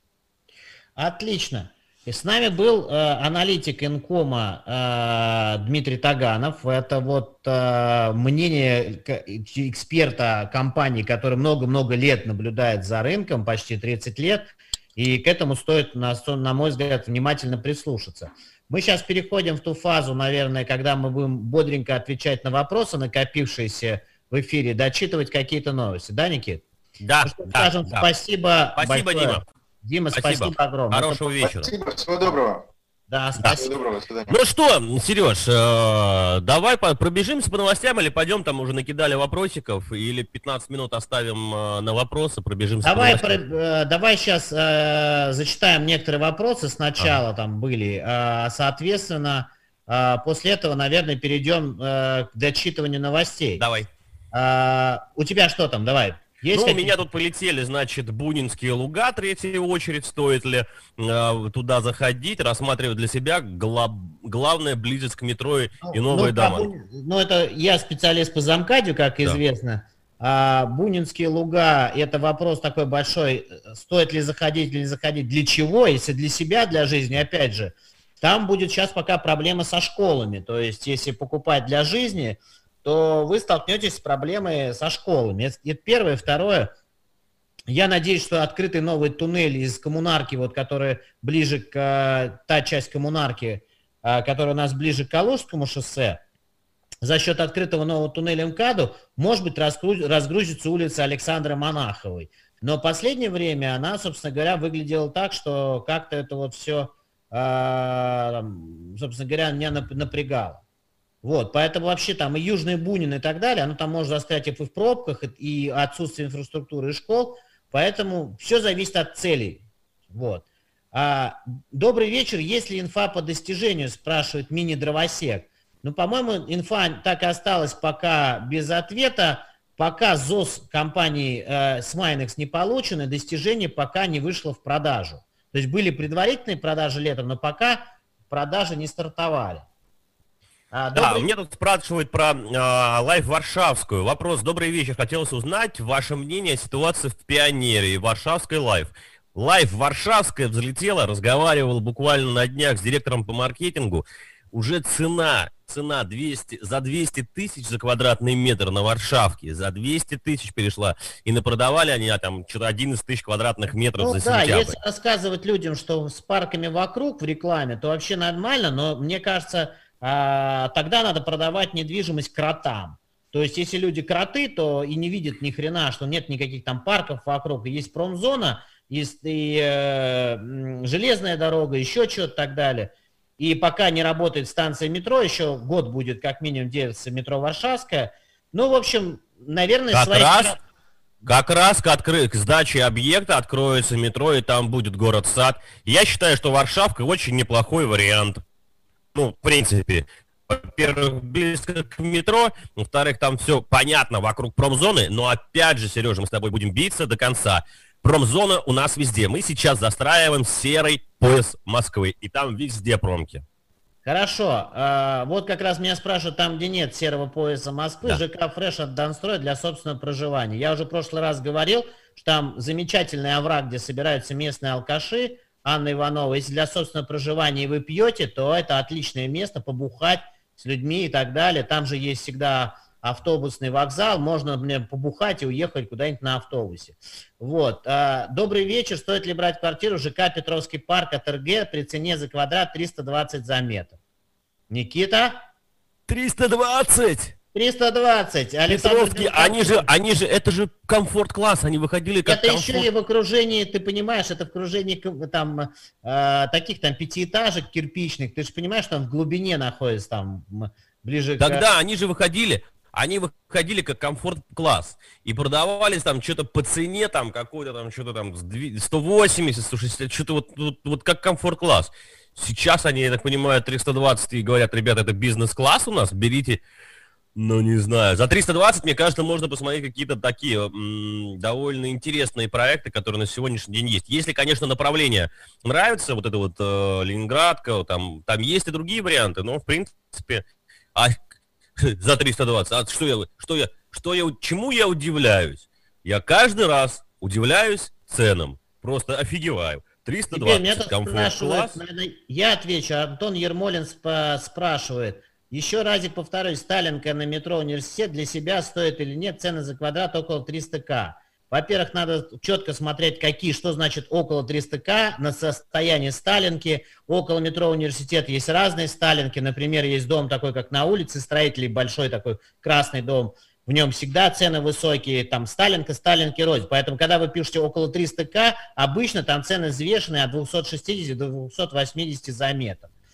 Отлично. И с нами был э, аналитик Инкома э, Дмитрий Таганов. Это вот э, мнение к- эксперта компании, который много-много лет наблюдает за рынком, почти тридцать лет. И к этому стоит, на, на мой взгляд, внимательно прислушаться. Мы сейчас переходим в ту фазу, наверное, когда мы будем бодренько отвечать на вопросы, накопившиеся в эфире, дочитывать какие-то новости. Да, Никит? Да, Ну что, да, скажем да. спасибо Спасибо, большое. Дима. Дима, Спасибо. спасибо огромное. Хорошего вечера. Спасибо, всего доброго. Да, Всего спасибо. доброго, до свидания. Ну что, Сереж, э, давай по- пробежимся по новостям или пойдем, там уже накидали вопросиков, или пятнадцать минут оставим э, на вопросы, пробежимся Давай, по новостям. про- э, давай сейчас э, зачитаем некоторые вопросы. Сначала там были. Э, соответственно, э, после этого, наверное, перейдем э, к дочитыванию новостей. Давай. Э, у тебя что там? Давай. Есть Ну, у какие- меня тут полетели, значит, Бунинские луга, третья очередь, стоит ли э, туда заходить, рассматривать для себя, гла- главное, близость к метро и, Ну, и новые ну, дома. по Бу- Ну, это я специалист по замкадию, как Да. известно. А Бунинские луга – это вопрос такой большой, стоит ли заходить или не заходить, для чего, если для себя, для жизни, опять же. Там будет сейчас пока проблема со школами, то есть если покупать для жизни, то вы столкнетесь с проблемой со школами. Это, это первое. Второе, я надеюсь, что открытый новый туннель из коммунарки, вот, который ближе к, э, та часть коммунарки, э, которая у нас ближе к Калужскому шоссе, за счет открытого нового туннеля МКАДу, может быть, раскру- разгрузится улица Александры Монаховой. Но в последнее время она, собственно говоря, выглядела так, что как-то это вот все, собственно говоря, меня нап- напрягало. Вот, поэтому вообще там и Южный Бунин и так далее, оно там может застрять и в пробках, и и отсутствие инфраструктуры и школ, поэтому все зависит от целей. Вот. А, добрый вечер, есть ли инфа по достижению, спрашивает мини-дровосек. Ну, по-моему, инфа так и осталась пока без ответа, пока ЗОС компании э, Sminex не получено, достижение пока не вышло в продажу. То есть были предварительные продажи летом, но пока продажи не стартовали. А, Да, добрый- мне тут спрашивают про э, Лайф Варшавскую. Вопрос, добрый вечер, хотелось узнать ваше мнение о ситуации в Пионере и Варшавской Лайф. Лайф Варшавская взлетела, разговаривал буквально на днях с директором по маркетингу. Уже цена, цена двести, за двести тысяч за квадратный метр на Варшавке, за двести тысяч перешла. И напродавали они а, там что-то одиннадцать тысяч квадратных метров Ну за да, сентябрь. если рассказывать людям, что с парками вокруг в рекламе, то вообще нормально, но мне кажется, а, тогда надо продавать недвижимость кротам. То есть, если люди кроты, то и не видят ни хрена, что нет никаких там парков вокруг, и есть промзона, есть и э, м, железная дорога, еще что-то так далее. И пока не работает станция метро, еще год будет как минимум делаться метро Варшавская. Ну, в общем, наверное, Как свои... раз, как раз к, откры... к сдаче объекта откроется метро, и там будет город-сад. Я считаю, что Варшавка очень неплохой вариант. Ну, в принципе. Во-первых, близко к метро. Во-вторых, там все понятно вокруг промзоны. Но опять же, Сережа, мы с тобой будем биться до конца. Промзона у нас везде. Мы сейчас застраиваем серый пояс Москвы. И там везде промки. Хорошо. А, вот как раз меня спрашивают, там, где нет серого пояса Москвы, Да. ЖК «Фреш» от Донстроя для собственного проживания. Я уже в прошлый раз говорил, что там замечательный овраг, где собираются местные алкаши, Анна Иванова. Если для собственного проживания вы пьете, то это отличное место побухать с людьми и так далее. Там же есть всегда автобусный вокзал, можно, например, побухать и уехать куда-нибудь на автобусе. Вот. А, добрый вечер. Стоит ли брать квартиру ЖК «Петровский парк» от РГ при цене за квадрат триста двадцать за метр? Никита? триста двадцать! триста двадцать. Александр Петровки, Белков. они же, они же, это же комфорт-класс, они выходили как Это комфорт. еще и в окружении, ты понимаешь, это в окружении ком- там э, таких там пятиэтажек кирпичных, ты же понимаешь, там в глубине находится, там м, ближе к... Тогда они же выходили, они выходили как комфорт-класс и продавались там что-то по цене, там какой-то там что-то там с дви- сто восемьдесят, сто шестьдесят, что-то вот, вот, вот как комфорт-класс. Сейчас они, я так понимаю, триста двадцать и говорят, ребята, это бизнес-класс у нас, берите, ну не знаю. За триста двадцать, мне кажется, можно посмотреть какие-то такие м, довольно интересные проекты, которые на сегодняшний день есть. Если, конечно, направление нравится, вот это вот э, Ленинградка, там, там есть и другие варианты, но в принципе, а, за триста двадцать, а что я, что я, что я, чему я удивляюсь? Я каждый раз удивляюсь ценам, просто офигеваю. триста Теперь меня двадцать тут спрашивают, комфорт-класс. наверное, я отвечу, Антон Ермолин спа- спрашивает, еще разик повторюсь, Сталинка на метро Университет для себя стоит или нет, цены за квадрат около триста тысяч. Во-первых, надо четко смотреть, какие, что значит около триста тысяч на состояние Сталинки. Около метро Университет есть разные Сталинки. Например, есть дом такой, как на улице строителей, большой такой красный дом. В нем всегда цены высокие, там Сталинка, Сталинки, рознь. Поэтому, когда вы пишете около триста тысяч, обычно там цены взвешенные от двухсот шестидесяти до двухсот восьмидесяти за метр.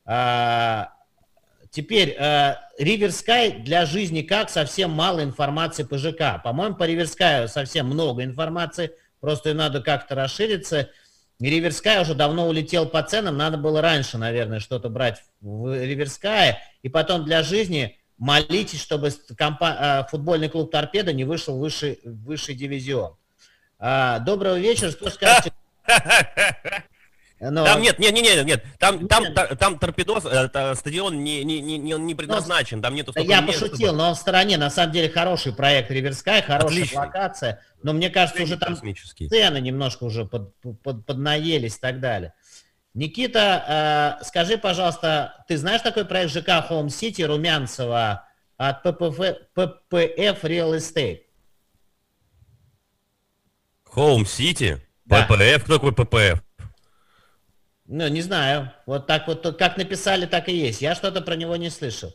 А, теперь, Риверскай для жизни как? Совсем мало информации по ЖК. По-моему, по Риверскаю совсем много информации, просто надо как-то расшириться. Риверскай уже давно улетел по ценам, надо было раньше, наверное, что-то брать в Риверскае. И потом для жизни молитесь, чтобы компа- футбольный клуб «Торпедо» не вышел в высший, в высший дивизион. А, доброго вечера, что скажете? Но... Там нет, нет, нет, нет, нет. Там, нет. там, там, там торпедос, это, стадион не, не, не, не предназначен, там нету. Я пошутил, чтобы... но он в стороне, на самом деле хороший проект Риверскай, хорошая Отличный. локация, но мне кажется, уже там цены немножко уже под, под, поднаелись и так далее. Никита, э, скажи, пожалуйста, ты знаешь такой проект ЖК Home City Румянцева от ППФ, ППФ Real Estate? Home City? Да. ППФ? Кто такой ППФ? Ну, не знаю. Вот так вот, как написали, так и есть. Я что-то про него не слышал.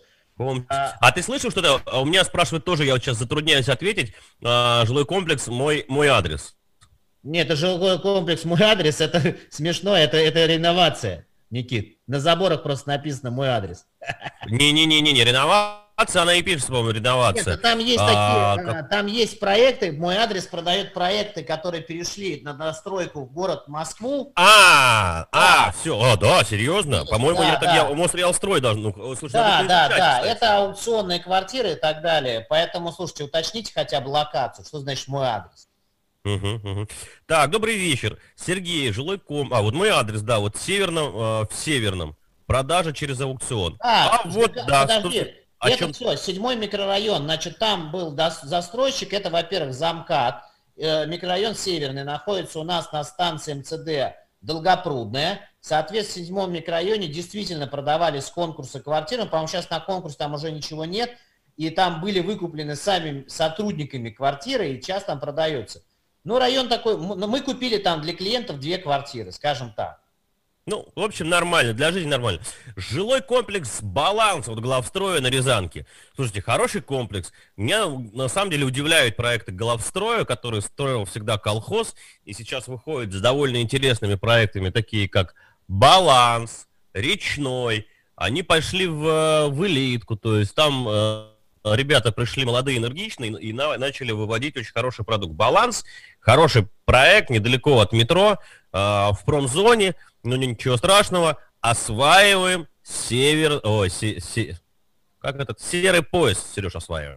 А, а ты слышал что-то? У меня спрашивают тоже, я вот сейчас затрудняюсь ответить. А, жилой комплекс, мой, мой адрес. Нет, это жилой комплекс, мой адрес, это смешно, это, это реновация, Никит. На заборах просто написано мой адрес. Не-не-не-не, реновация. Она и пишет, по-моему, реновация. Нет, там есть а, такие, как... там есть проекты, мой адрес продает проекты, которые перешли на достройку в город Москву. А, а, а все, а, да, серьезно? По-моему, да, это да. я, Мосреалстрой должен, ну, слушай, да, да, да, кстати. Это аукционные квартиры и так далее, поэтому, слушайте, уточните хотя бы локацию, что значит мой адрес. Угу, угу. Так, добрый вечер, Сергей, жилой ком, а, вот мой адрес, да, вот в Северном, э, в Северном, продажа через аукцион. А, а вот, да, подожди. что... О это чем... все, седьмой микрорайон, значит, там был застройщик, это, во-первых, Замкат, э, микрорайон Северный, находится у нас на станции МЦД Долгопрудная, соответственно, в седьмом микрорайоне действительно продавались с конкурса квартиры, по-моему, сейчас на конкурс там уже ничего нет, и там были выкуплены сами сотрудниками квартиры, и сейчас там продается. Ну, район такой, мы купили там для клиентов две квартиры, скажем так. Ну, в общем, нормально, для жизни нормально. Жилой комплекс «Баланс», вот главстроя на Рязанке. Слушайте, хороший комплекс. Меня на самом деле удивляют проекты главстроя, который строил всегда колхоз, и сейчас выходит с довольно интересными проектами, такие как «Баланс», «Речной». Они пошли в, в элитку, то есть там э, ребята пришли молодые, энергичные, и на, начали выводить очень хороший продукт. «Баланс», хороший проект, недалеко от метро, э, в промзоне. Ну, ничего страшного, осваиваем север, ой, се, се, как этот, серый пояс, Сереж, осваиваем.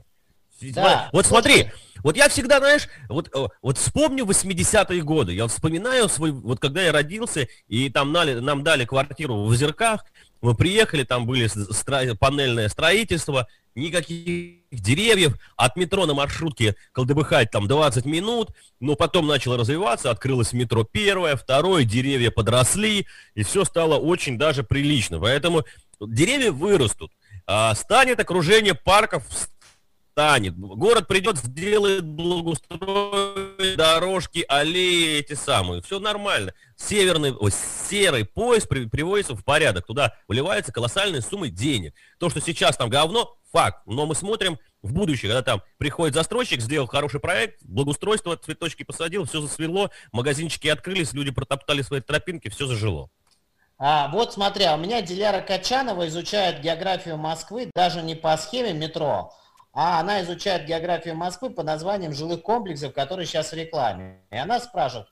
Да, вот смотри, вот я всегда, знаешь, вот, вот вспомню восьмидесятые годы, я вспоминаю свой, вот когда я родился, и там дали, нам дали квартиру в Озерках, мы приехали, там были стро... панельное строительство, никаких деревьев, от метро на маршрутке колдыбыхать там двадцать минут, но потом начало развиваться, открылось метро первое, второе, деревья подросли, и все стало очень даже прилично. Поэтому деревья вырастут, станет окружение парков, станет. Город придет, сделает, благоустроит дорожки, аллеи эти самые. Все нормально. Северный, ой, серый пояс при, приводится в порядок. Туда вливаются колоссальные суммы денег. То, что сейчас там говно, факт. Но мы смотрим в будущее, когда там приходит застройщик, сделал хороший проект, благоустройство, цветочки посадил, все засвело, магазинчики открылись, люди протоптали свои тропинки, все зажило. А, вот смотри, у меня Диляра Качанова изучает географию Москвы даже не по схеме метро, а она изучает географию Москвы по названиям жилых комплексов, которые сейчас в рекламе. И она спрашивает,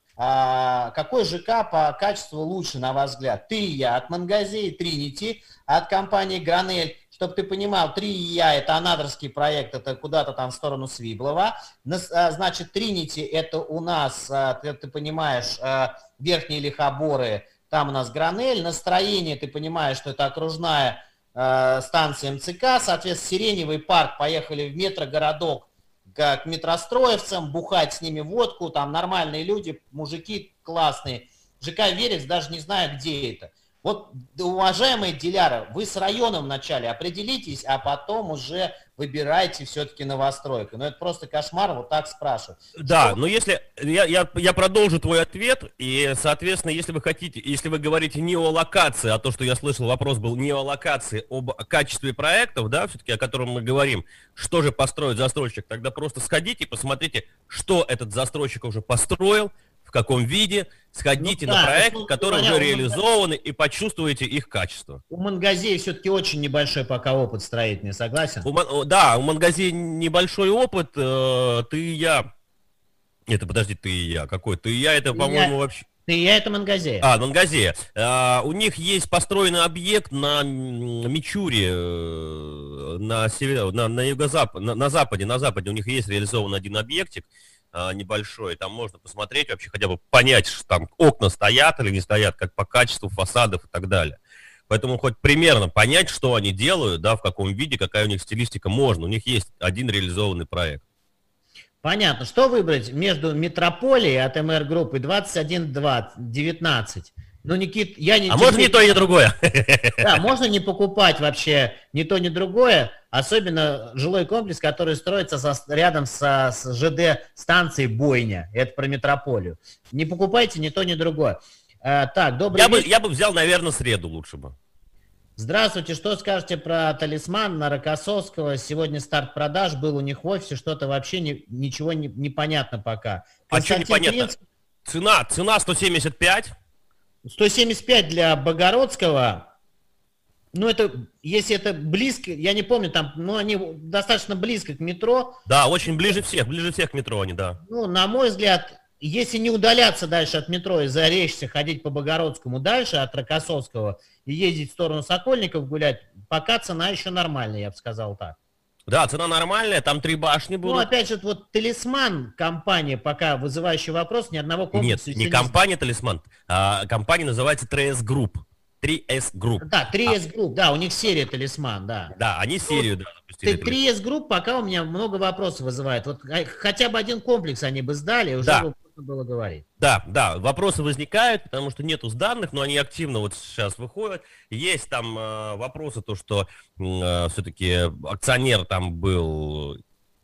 а какой ЖК по качеству лучше, на ваш взгляд? Ты и я от Мангазеи, Тринити, от компании Гранель. Чтобы ты понимал, три и я это анадырский проект, это куда-то там в сторону Свиблова. Значит, Тринити это у нас, ты, ты понимаешь, Верхние Лихоборы, там у нас Гранель. Настроение, ты понимаешь, что это окружная станция МЦК, соответственно, Сиреневый парк, поехали в метрогородок к метростроевцам, бухать с ними водку, там нормальные люди, мужики классные. ЖК Верекс, даже не знаю, где это. Вот, уважаемые диляры, вы с районом вначале определитесь, а потом уже выбирайте все-таки новостройку. Но это просто кошмар, вот так спрашивают. Да, Что... но если, я, я, я продолжу твой ответ, и, соответственно, если вы хотите, если вы говорите не о локации, а то, что я слышал, вопрос был не о локации, об качестве проектов, да, все-таки о котором мы говорим, что же построит застройщик, тогда просто сходите и посмотрите, что этот застройщик уже построил, каком виде, сходите Ну на да, проект, ну, который понятно, уже ну, реализованы, и почувствуете их качество. У Мангазея все-таки очень небольшой пока опыт строительный, согласен? У Ман- о, да, у Мангазея небольшой опыт, э, ты и я. Это, подожди, ты и я. Какой? Ты и я, это, Ты и по-моему, я. вообще... Ты и я, это Мангазея. А, Мангазея. А, у них есть построенный объект на м, Мичуре, э, на, север... на, на юго-запад, на, на западе, на западе у них есть реализован один объектик а, небольшой, там можно посмотреть, вообще хотя бы понять, что там окна стоят или не стоят, как по качеству фасадов и так далее. Поэтому хоть примерно понять, что они делают, да, в каком виде, какая у них стилистика, можно. У них есть один реализованный проект. Понятно. Что выбрать между Метрополией от эм эр Групп и двадцать один девятнадцать? Ну, Никит, я не... А можно не то, и не другое? Да, можно не покупать вообще ни то, ни другое, особенно жилой комплекс, который строится со, рядом со, с ЖД-станцией Бойня. Это про Метрополию. Не покупайте ни то, ни другое. А, так, добрый Я бы, вечер. я бы взял, наверное, среду лучше бы. Здравствуйте, что скажете про талисман на Рокоссовского? Сегодня старт продаж был у них в офисе, что-то вообще не, ничего не, не понятно пока. А что Константин непонятно? Клинский, Цена, цена сто семьдесят пять. сто семьдесят пять для Богородского. Ну, это, если это близко, я не помню, там, ну, они достаточно близко к метро. Да, очень ближе всех, ближе всех к метро они, да. Ну, на мой взгляд, если не удаляться дальше от метро и заречься, ходить по Богородскому дальше от Рокоссовского и ездить в сторону Сокольников гулять, пока цена еще нормальная, я бы сказал так. Да, цена нормальная, там три башни Ну, будут. опять же, вот талисман компания, пока вызывающий вопрос, ни одного Нет, комплекса. не компания Талисман, а компания называется три эс Group. три эс Group. Да, три эс Group, да, у них серия талисман, да. Да, они серию, да, запустили. три эс Group пока у меня много вопросов вызывает. Вот а, хотя бы один комплекс они бы сдали, уже Да. бы можно было говорить. Да, да, вопросы возникают, потому что нету данных, но они активно вот сейчас выходят. Есть там э, вопросы, то, что э, все-таки акционер там был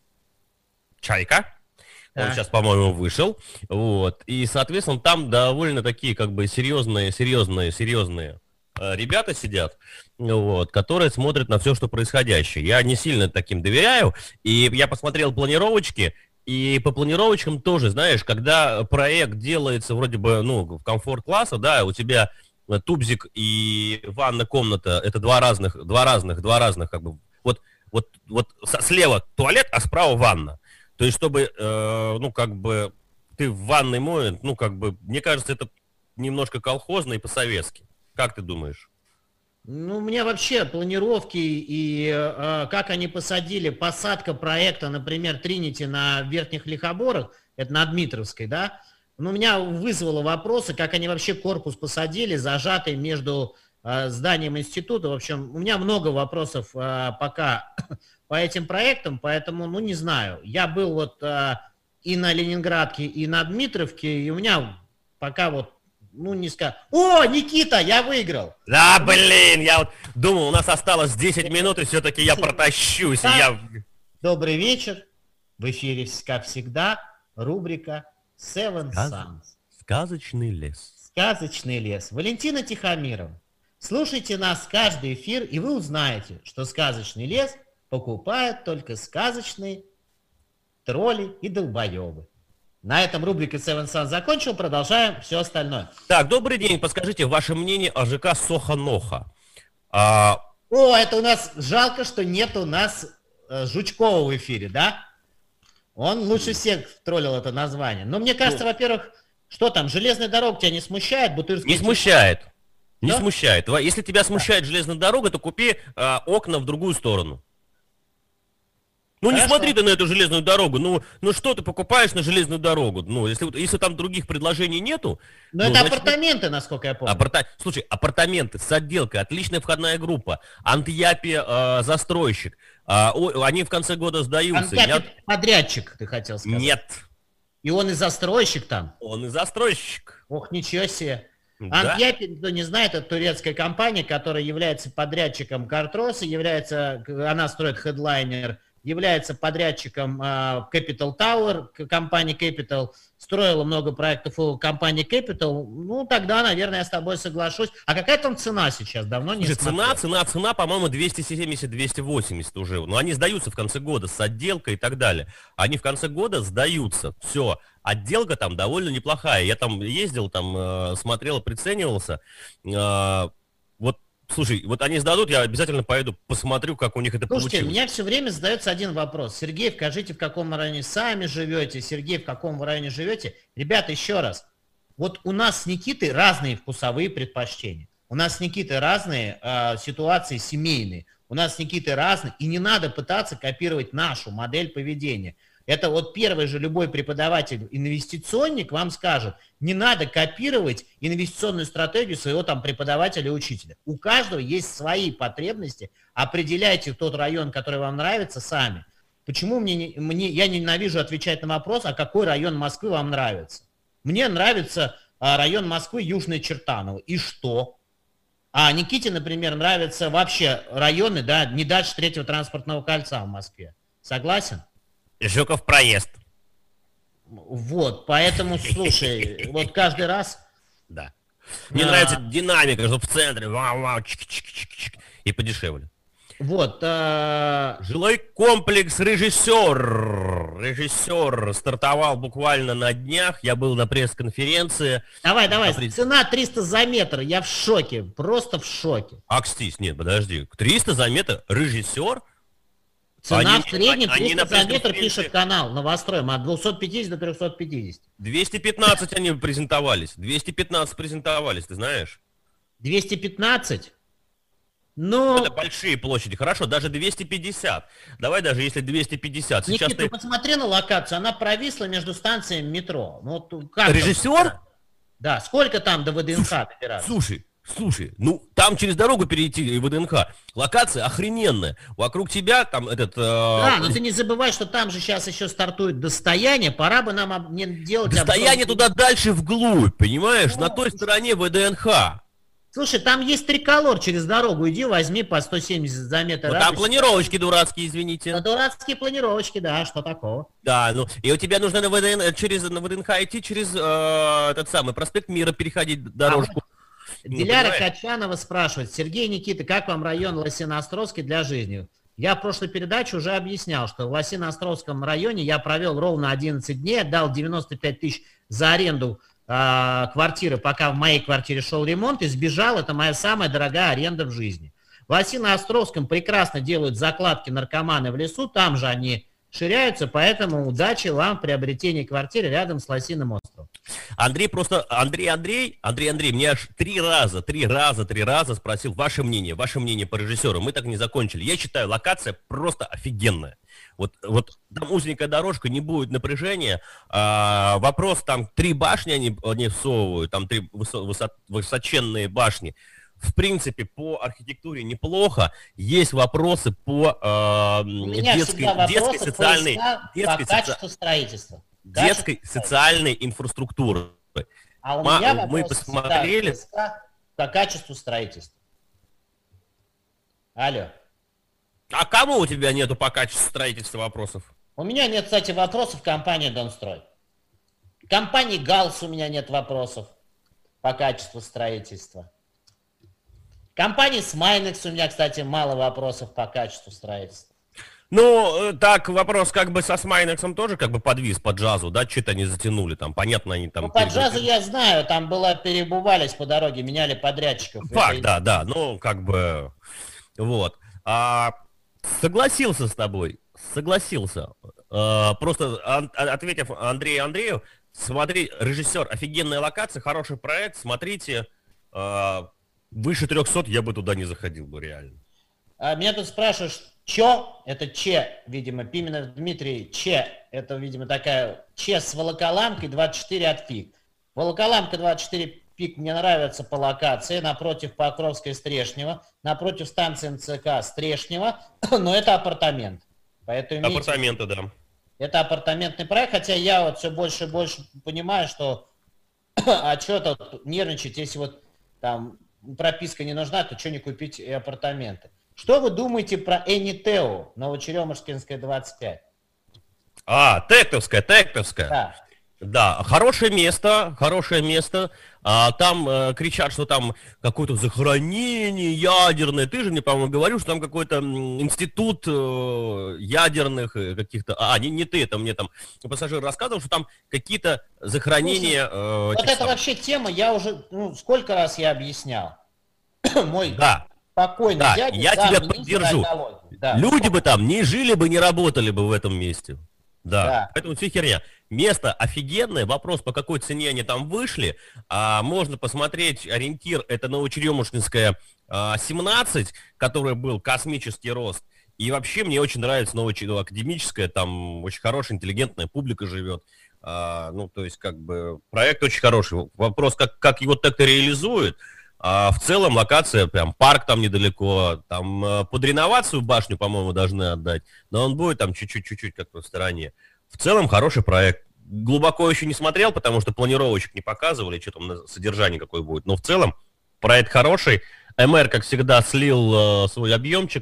Чайка. Он Да. сейчас, по-моему, вышел. Вот. И, соответственно, там довольно такие, как бы, серьезные, серьезные, серьезные э, ребята сидят, вот, которые смотрят на все, что происходящее. Я не сильно таким доверяю. И я посмотрел планировочки. И по планировочкам тоже, знаешь, когда проект делается вроде бы, ну, в комфорт-класса, да, у тебя тубзик и ванная комната, это два разных, два разных, два разных, как бы, вот, вот, вот слева туалет, а справа ванна. То есть, чтобы, э, ну, как бы, ты в ванной моешь, ну, как бы, мне кажется, это немножко колхозно и по-советски. Как ты думаешь? Ну, у меня вообще планировки и э, как они посадили, посадка проекта, например, Тринити на Верхних Лихоборах, это на Дмитровской, да, ну, у меня вызвало вопросы, как они вообще корпус посадили, зажатый между э, зданием института. В общем, у меня много вопросов э, пока по этим проектам, поэтому, ну, не знаю. Я был вот э, и на Ленинградке, и на Дмитровке, и у меня пока вот, ну, не скажу. О, Никита, я выиграл! Да, блин, я вот думал, у нас осталось десять минут, и все-таки я протащусь. и я... Добрый вечер. В эфире, как всегда, рубрика Seven Сказ- Suns. Сказочный лес. Сказочный лес. Валентина Тихомирова. Слушайте нас каждый эфир, и вы узнаете, что сказочный лес покупают только сказочные тролли и долбоебы. На этом рубрика Seven Suns закончил, продолжаем все остальное. Так, добрый день, подскажите ваше мнение о ЖК Соха-Ноха. А, О, это у нас, жалко, что нет у нас э, Жучкова в эфире, да? Он лучше всех троллил это название. Но мне кажется, Ну. во-первых, что там, железная дорога тебя не смущает? Бутырский не смущает. Не Что? смущает. Ва- Если тебя смущает железная дорога, то купи а, окна в другую сторону. Ну, не Хорошо. смотри ты на эту железную дорогу. Ну, ну что ты покупаешь на железную дорогу? Ну, если, вот- если там других предложений нету... Но ну, это значит, апартаменты, насколько я помню. апарта- Слушай, апартаменты с отделкой, отличная входная группа. Антьяпи э, застройщик. А, о, они в конце года сдаются. Антяпи Я- подрядчик, ты хотел сказать. Нет, И он и застройщик там. он и застройщик. Ох, ничего себе. Да. Антьяпи, кто не знает, это турецкая компания, которая является подрядчиком Картроса, является, она строит хедлайнер является подрядчиком э, Capital Tower, компания Capital, строила много проектов у компании Capital, ну, тогда, наверное, я с тобой соглашусь. А какая там цена сейчас? Давно не Слушай, смотрел. цена, цена, цена, по-моему, двести семьдесят - двести восемьдесят уже. Но они сдаются в конце года с отделкой и так далее. Они в конце года сдаются. Все. Отделка там довольно неплохая. Я там ездил, там э, смотрел, приценивался. Э, вот, слушай, вот они сдадут, я обязательно поеду, посмотрю, как у них это Слушайте, получилось. у меня все время задается один вопрос. Сергей, скажите, в каком районе сами живете? Сергей, в каком вы районе живете? Ребята, еще раз. Вот у нас с Никитой разные вкусовые предпочтения. У нас с Никитой разные э, ситуации семейные. У нас с Никитой разные. И не надо пытаться копировать нашу модель поведения. Это вот первый же любой преподаватель-инвестиционник вам скажет, не надо копировать инвестиционную стратегию своего там преподавателя-учителя. У каждого есть свои потребности, определяйте тот район, который вам нравится, сами. Почему мне, мне, я ненавижу отвечать на вопрос, а какой район Москвы вам нравится? Мне нравится а, район Москвы Южный Чертаново. И что? А Никите, например, нравятся вообще районы, да, не дальше третьего транспортного кольца в Москве. Согласен? Жуков проезд. Вот, поэтому, слушай, вот каждый раз... Да. Мне А. нравится динамика, что в центре, вау-вау, чик-чик-чик-чик, и подешевле. Вот. А... Жилой комплекс «Режиссер». Режиссер стартовал буквально на днях. Я был на пресс-конференции. Давай, давай. При... Цена триста за метр. Я в шоке. Просто в шоке. Акстись, нет, подожди. триста за метр «Режиссер». Цена они, в среднем они, триста они за метр, пишет канал Новострой. От двухсот пятидесяти до трехсот пятидесяти. двести пятнадцать они презентовались. двести пятнадцать презентовались, ты знаешь? двести пятнадцать? Ну... Это большие площади. Хорошо, даже двести пятьдесят. Давай даже если двести пятьдесят. Сейчас Никита, ты... посмотри на локацию. Она провисла между станциями метро. Ну, вот как «Режиссер»? Там? Да. Сколько там до ВДНХ добираться? Слушай, слушай, ну там через дорогу перейти в ВДНХ. Локация охрененная. Вокруг тебя там этот... Э... Да, но ты не забывай, что там же сейчас еще стартует достояние. Пора бы нам об... не делать... Достояние обзор... туда дальше вглубь, понимаешь? Ну, на той стороне ВДНХ. Слушай, там есть триколор через дорогу. Иди возьми по сто семьдесят за метр. Но там планировочки дурацкие, извините. На дурацкие планировочки, да, что такого? Да, ну и у тебя нужно на ВДН, через, на ВДНХ идти через э, этот самый проспект Мира, переходить дорожку. А вот Диляра Качанова спрашивает: Сергей, Никита, как вам район Лосино-Островский для жизни? Я в прошлой передаче уже объяснял, что в Лосино-Островском районе я провел ровно одиннадцать дней, отдал девяносто пять тысяч за аренду э, квартиры, пока в моей квартире шел ремонт, и сбежал. Это моя самая дорогая аренда в жизни. В Лосино-Островском прекрасно делают закладки наркоманы в лесу, там же они ширяются, поэтому удачи вам в приобретении квартиры рядом с Лосиным островом. Андрей просто, Андрей, Андрей, Андрей, Андрей, мне аж три раза, три раза, три раза спросил ваше мнение, ваше мнение по режиссеру. Мы так не закончили. Я считаю, локация просто офигенная. Вот, вот там узенькая дорожка, не будет напряжения. А, вопрос, там три башни они, они всовывают, там три высо, высот, высоченные башни. В принципе, по архитектуре неплохо. Есть вопросы по э, детской, детской социальной, детской, по качеству строительства. детской Качество социальной инфраструктуры. А у меня мы посмотрели по качеству строительства. Алло. А кому у тебя нету по качеству строительства вопросов? У меня нет, кстати, вопросов в компании Донстрой. В компании Галс у меня нет вопросов по качеству строительства. В компании Смайнекс у меня, кстати, мало вопросов по качеству строительства. Ну, так, вопрос как бы со Смайнексом тоже как бы подвис по джазу, да, что-то они затянули там, понятно, они там... Ну, по джазу я знаю, там было, перебывались по дороге, меняли подрядчиков. Факт, Это... да, да, ну, как бы, вот. А, согласился с тобой, согласился. А, просто а, ответив Андрею Андрею, смотри, режиссер, офигенная локация, хороший проект, смотрите... А, выше трехсот я бы туда не заходил бы, реально. А меня тут спрашиваешь, чё? Это Че, видимо, Пименов Дмитрий, Че. Это, видимо, такая Че с волоколамкой двадцать четыре от ПИК. Волоколамка двадцать четыре ПИК мне нравится по локации, напротив Покровской Стрешнева, напротив станции МЦК Стрешнева, но это апартамент. Поэтому имейте... Апартаменты, да. Это апартаментный проект, хотя я вот все больше и больше понимаю, что а что тут нервничать, если вот там прописка не нужна, то что не купить и апартаменты. Что вы думаете про Энитео, Новочеремушкинская, двадцать пять? А, Тектовская, Тектовская. Да. Да, хорошее место, хорошее место. А, там э, кричат, что там какое-то захоронение ядерное. Ты же мне, по-моему, говорил, что там какой-то м, институт э, ядерных э, каких-то... А, не, не ты, это мне там пассажир рассказывал, что там какие-то захоронения... Э, вот это самых... вообще тема, я уже... Ну, сколько раз я объяснял. Мой Да. покойный Да, дядя... я тебя поддержу. Да. Люди бы там не жили бы, не работали бы в этом месте. Да, Да. поэтому все херня. Место офигенное, вопрос, по какой цене они там вышли. А, можно посмотреть, ориентир, это Новочеремушкинская а, семнадцать, который был космический рост. И вообще мне очень нравится Новочеремушкинская, там очень хорошая, интеллигентная публика живет. А, ну, то есть, как бы, проект очень хороший. Вопрос, как, как его так-то реализуют. А в целом локация, прям парк там недалеко, там э, под реновацию башню, по-моему, должны отдать, но он будет там чуть-чуть, чуть-чуть как-то в стороне. В целом хороший проект. Глубоко еще не смотрел, потому что планировочек не показывали, что там на содержание какое будет, но в целом проект хороший. эм эр, как всегда, слил э, свой объемчик,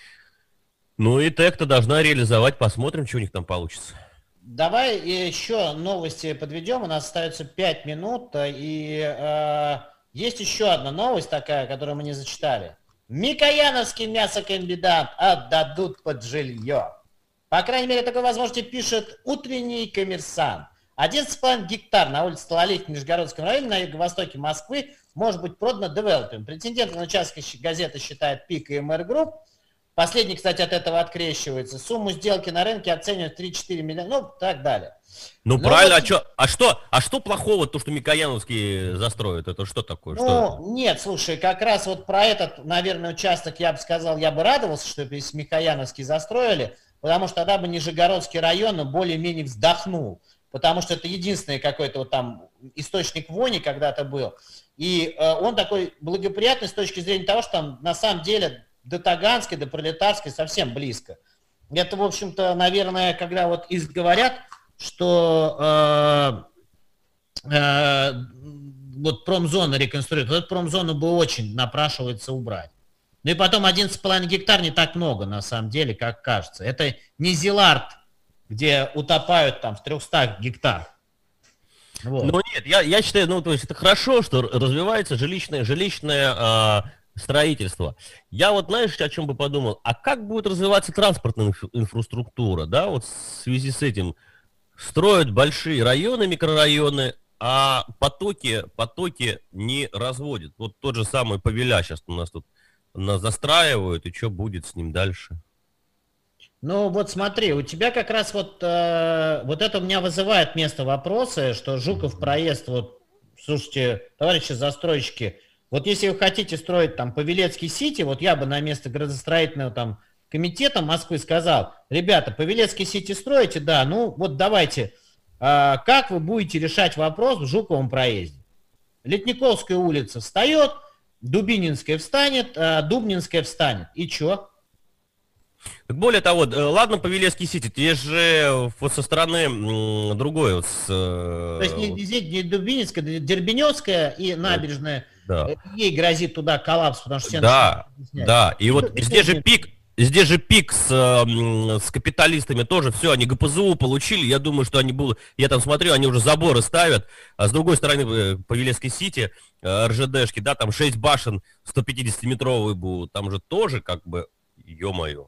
ну и Текта должна реализовать, посмотрим, что у них там получится. Давай еще новости подведем, у нас остается пять минут, и... Э... Есть еще одна новость такая, которую мы не зачитали. Микояновский мясокомбинат отдадут под жилье. По крайней мере, такой возможности пишет утренний коммерсант. одиннадцать с половиной гектар на улице Стололитии в Нижегородском районе на юго-востоке Москвы может быть продано девелопером. Претендентом на участок газета считает ПИК и эм эр Групп. Последний, кстати, от этого открещивается. Сумму сделки на рынке оценивают три-четыре миллиона, ну, так далее. Ну, Но правильно, вот... а, чё, а, что, а что плохого, то, что Микояновские застроят? Это что такое? Ну, что нет, слушай, как раз вот про этот, наверное, участок я бы сказал, я бы радовался, что если Микояновский застроили, потому что тогда бы Нижегородский район более-менее вздохнул, потому что это единственный какой-то вот там источник вони когда-то был. И э, он такой благоприятный с точки зрения того, что там на самом деле до Таганской, до Пролетарской совсем близко. Это, в общем-то, наверное, когда вот из говорят, что э, э, вот промзона реконструирует, вот эту промзону бы очень напрашивается убрать. Ну и потом одиннадцать с половиной гектар не так много, на самом деле, как кажется. Это не Зилард, где утопают там в трехстах гектар. Вот. Ну нет, я, я считаю, ну то есть это хорошо, что развивается жилищное, жилищное э, строительство. Я вот, знаешь, о чем бы подумал, а как будет развиваться транспортная инфра- инфраструктура, да, вот в связи с этим. Строят большие районы, микрорайоны, а потоки, потоки не разводят. Вот тот же самый Павеля сейчас у нас тут нас застраивают, и что будет с ним дальше? Ну вот смотри, у тебя как раз вот, э, вот это у меня вызывает место вопроса, что Жуков проезд, вот, слушайте, товарищи застройщики, вот если вы хотите строить там Павелецкий Сити, вот я бы на место градостроительного там комитета Москвы сказал, ребята, Павелецкий Сити строите, да, ну вот давайте, а, как вы будете решать вопрос в Жуковом проезде? Летниковская улица встает, Дубининская встанет, а, Дубнинская встанет, и чё? Так более того, ладно, Павелецкий Сити, тебе же вот со стороны м, другой. Вот с, То есть не, не, не Дубининская, Дербеневская и набережная, да. Ей грозит туда коллапс, потому что все да, да, и вот и здесь же пик. Здесь же пик с, с капиталистами тоже, все, они гэ пэ зэ у получили, я думаю, что они будут, я там смотрю, они уже заборы ставят, а с другой стороны Павелецкой Сити, эр жэ дэшки, да, там шесть башен сто пятидесятиметровые будут, там же тоже как бы, ё-моё.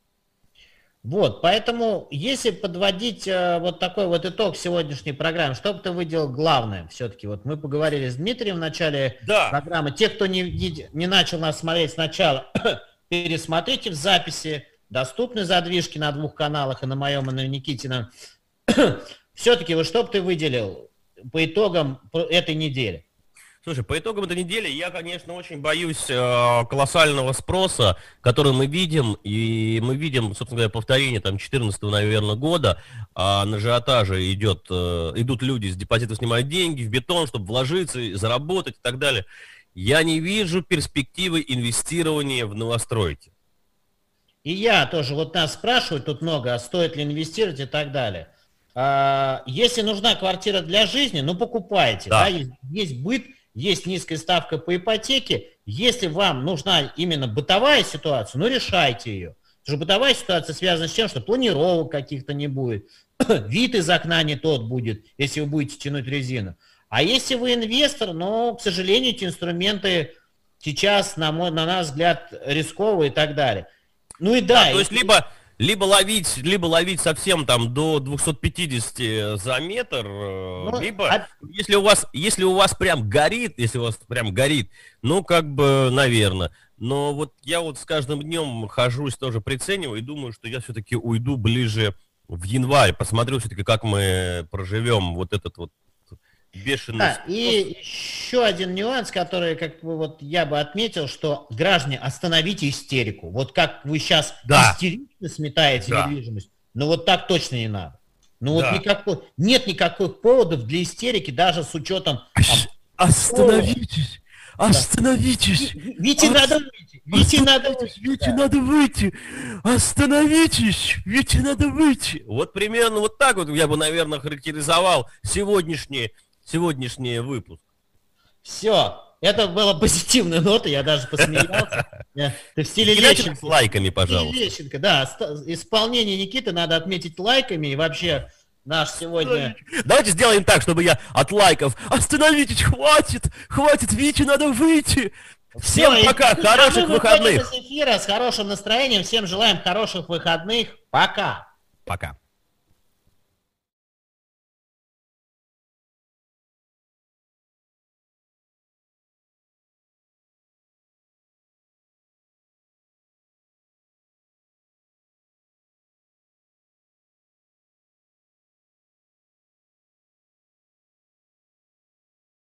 Вот, поэтому, если подводить э, вот такой вот итог сегодняшней программы, что бы ты выделил главное все-таки? Вот мы поговорили с Дмитрием в начале да. программы. Те, кто не, не, не начал нас смотреть сначала, пересмотрите в записи, доступны задвижки на двух каналах, и на моем, и на Никитином. Все-таки, вот что бы ты выделил по итогам этой недели? Слушай, по итогам этой недели я, конечно, очень боюсь э, колоссального спроса, который мы видим, и мы видим, собственно говоря, повторение там четырнадцатого, наверное, года, а на ажиотаже идет, э, идут люди с депозитов, снимают деньги в бетон, чтобы вложиться, заработать и так далее. Я не вижу перспективы инвестирования в новостройки. И я тоже, вот нас спрашивают тут много, а стоит ли инвестировать и так далее. А, если нужна квартира для жизни, ну покупайте, Да. да, есть, есть быт, есть низкая ставка по ипотеке. Если вам нужна именно бытовая ситуация, ну решайте ее. Потому что бытовая ситуация связана с тем, что планировок каких-то не будет, вид из окна не тот будет, если вы будете тянуть резину. А если вы инвестор, но, к сожалению, эти инструменты сейчас, на, мой, на наш взгляд, рисковые и так далее. Ну и да. да то есть либо, либо, ловить, либо ловить совсем там до двухсот пятидесяти за метр, ну, либо, а... если, у вас, если у вас прям горит, если у вас прям горит, ну, как бы, наверное. Но вот я вот с каждым днем хожусь, тоже прицениваю и думаю, что я все-таки уйду ближе в январь, посмотрю все-таки, как мы проживем вот этот вот бешеный... Да, и еще один нюанс, который, как бы, вот я бы отметил, что, граждане, остановите истерику. Вот как вы сейчас да. истерично сметаете да. недвижимость, но вот так точно не надо. Ну да. вот никакой, нет никаких поводов для истерики, даже с учетом... Остановитесь! Остановитесь! Вите надо выйти! Вите надо выйти! Вите надо выйти! Остановитесь! Вите надо выйти! Вот примерно вот так вот я бы, наверное, характеризовал сегодняшний, сегодняшний выпуск. Все, это была позитивная нота, я даже посмеялся. Ты в стиле Лещенко. С лайками, пожалуйста. Лещенко, да. Исполнение Никиты надо отметить лайками и вообще... Наш сегодня... Давайте сделаем так, чтобы я от лайков... Остановитесь, хватит! Хватит, Вите, надо выйти! Всем Все, пока, и... хороших выходных! Мы выходим из эфира с хорошим настроением. Всем желаем хороших выходных. Пока! Пока.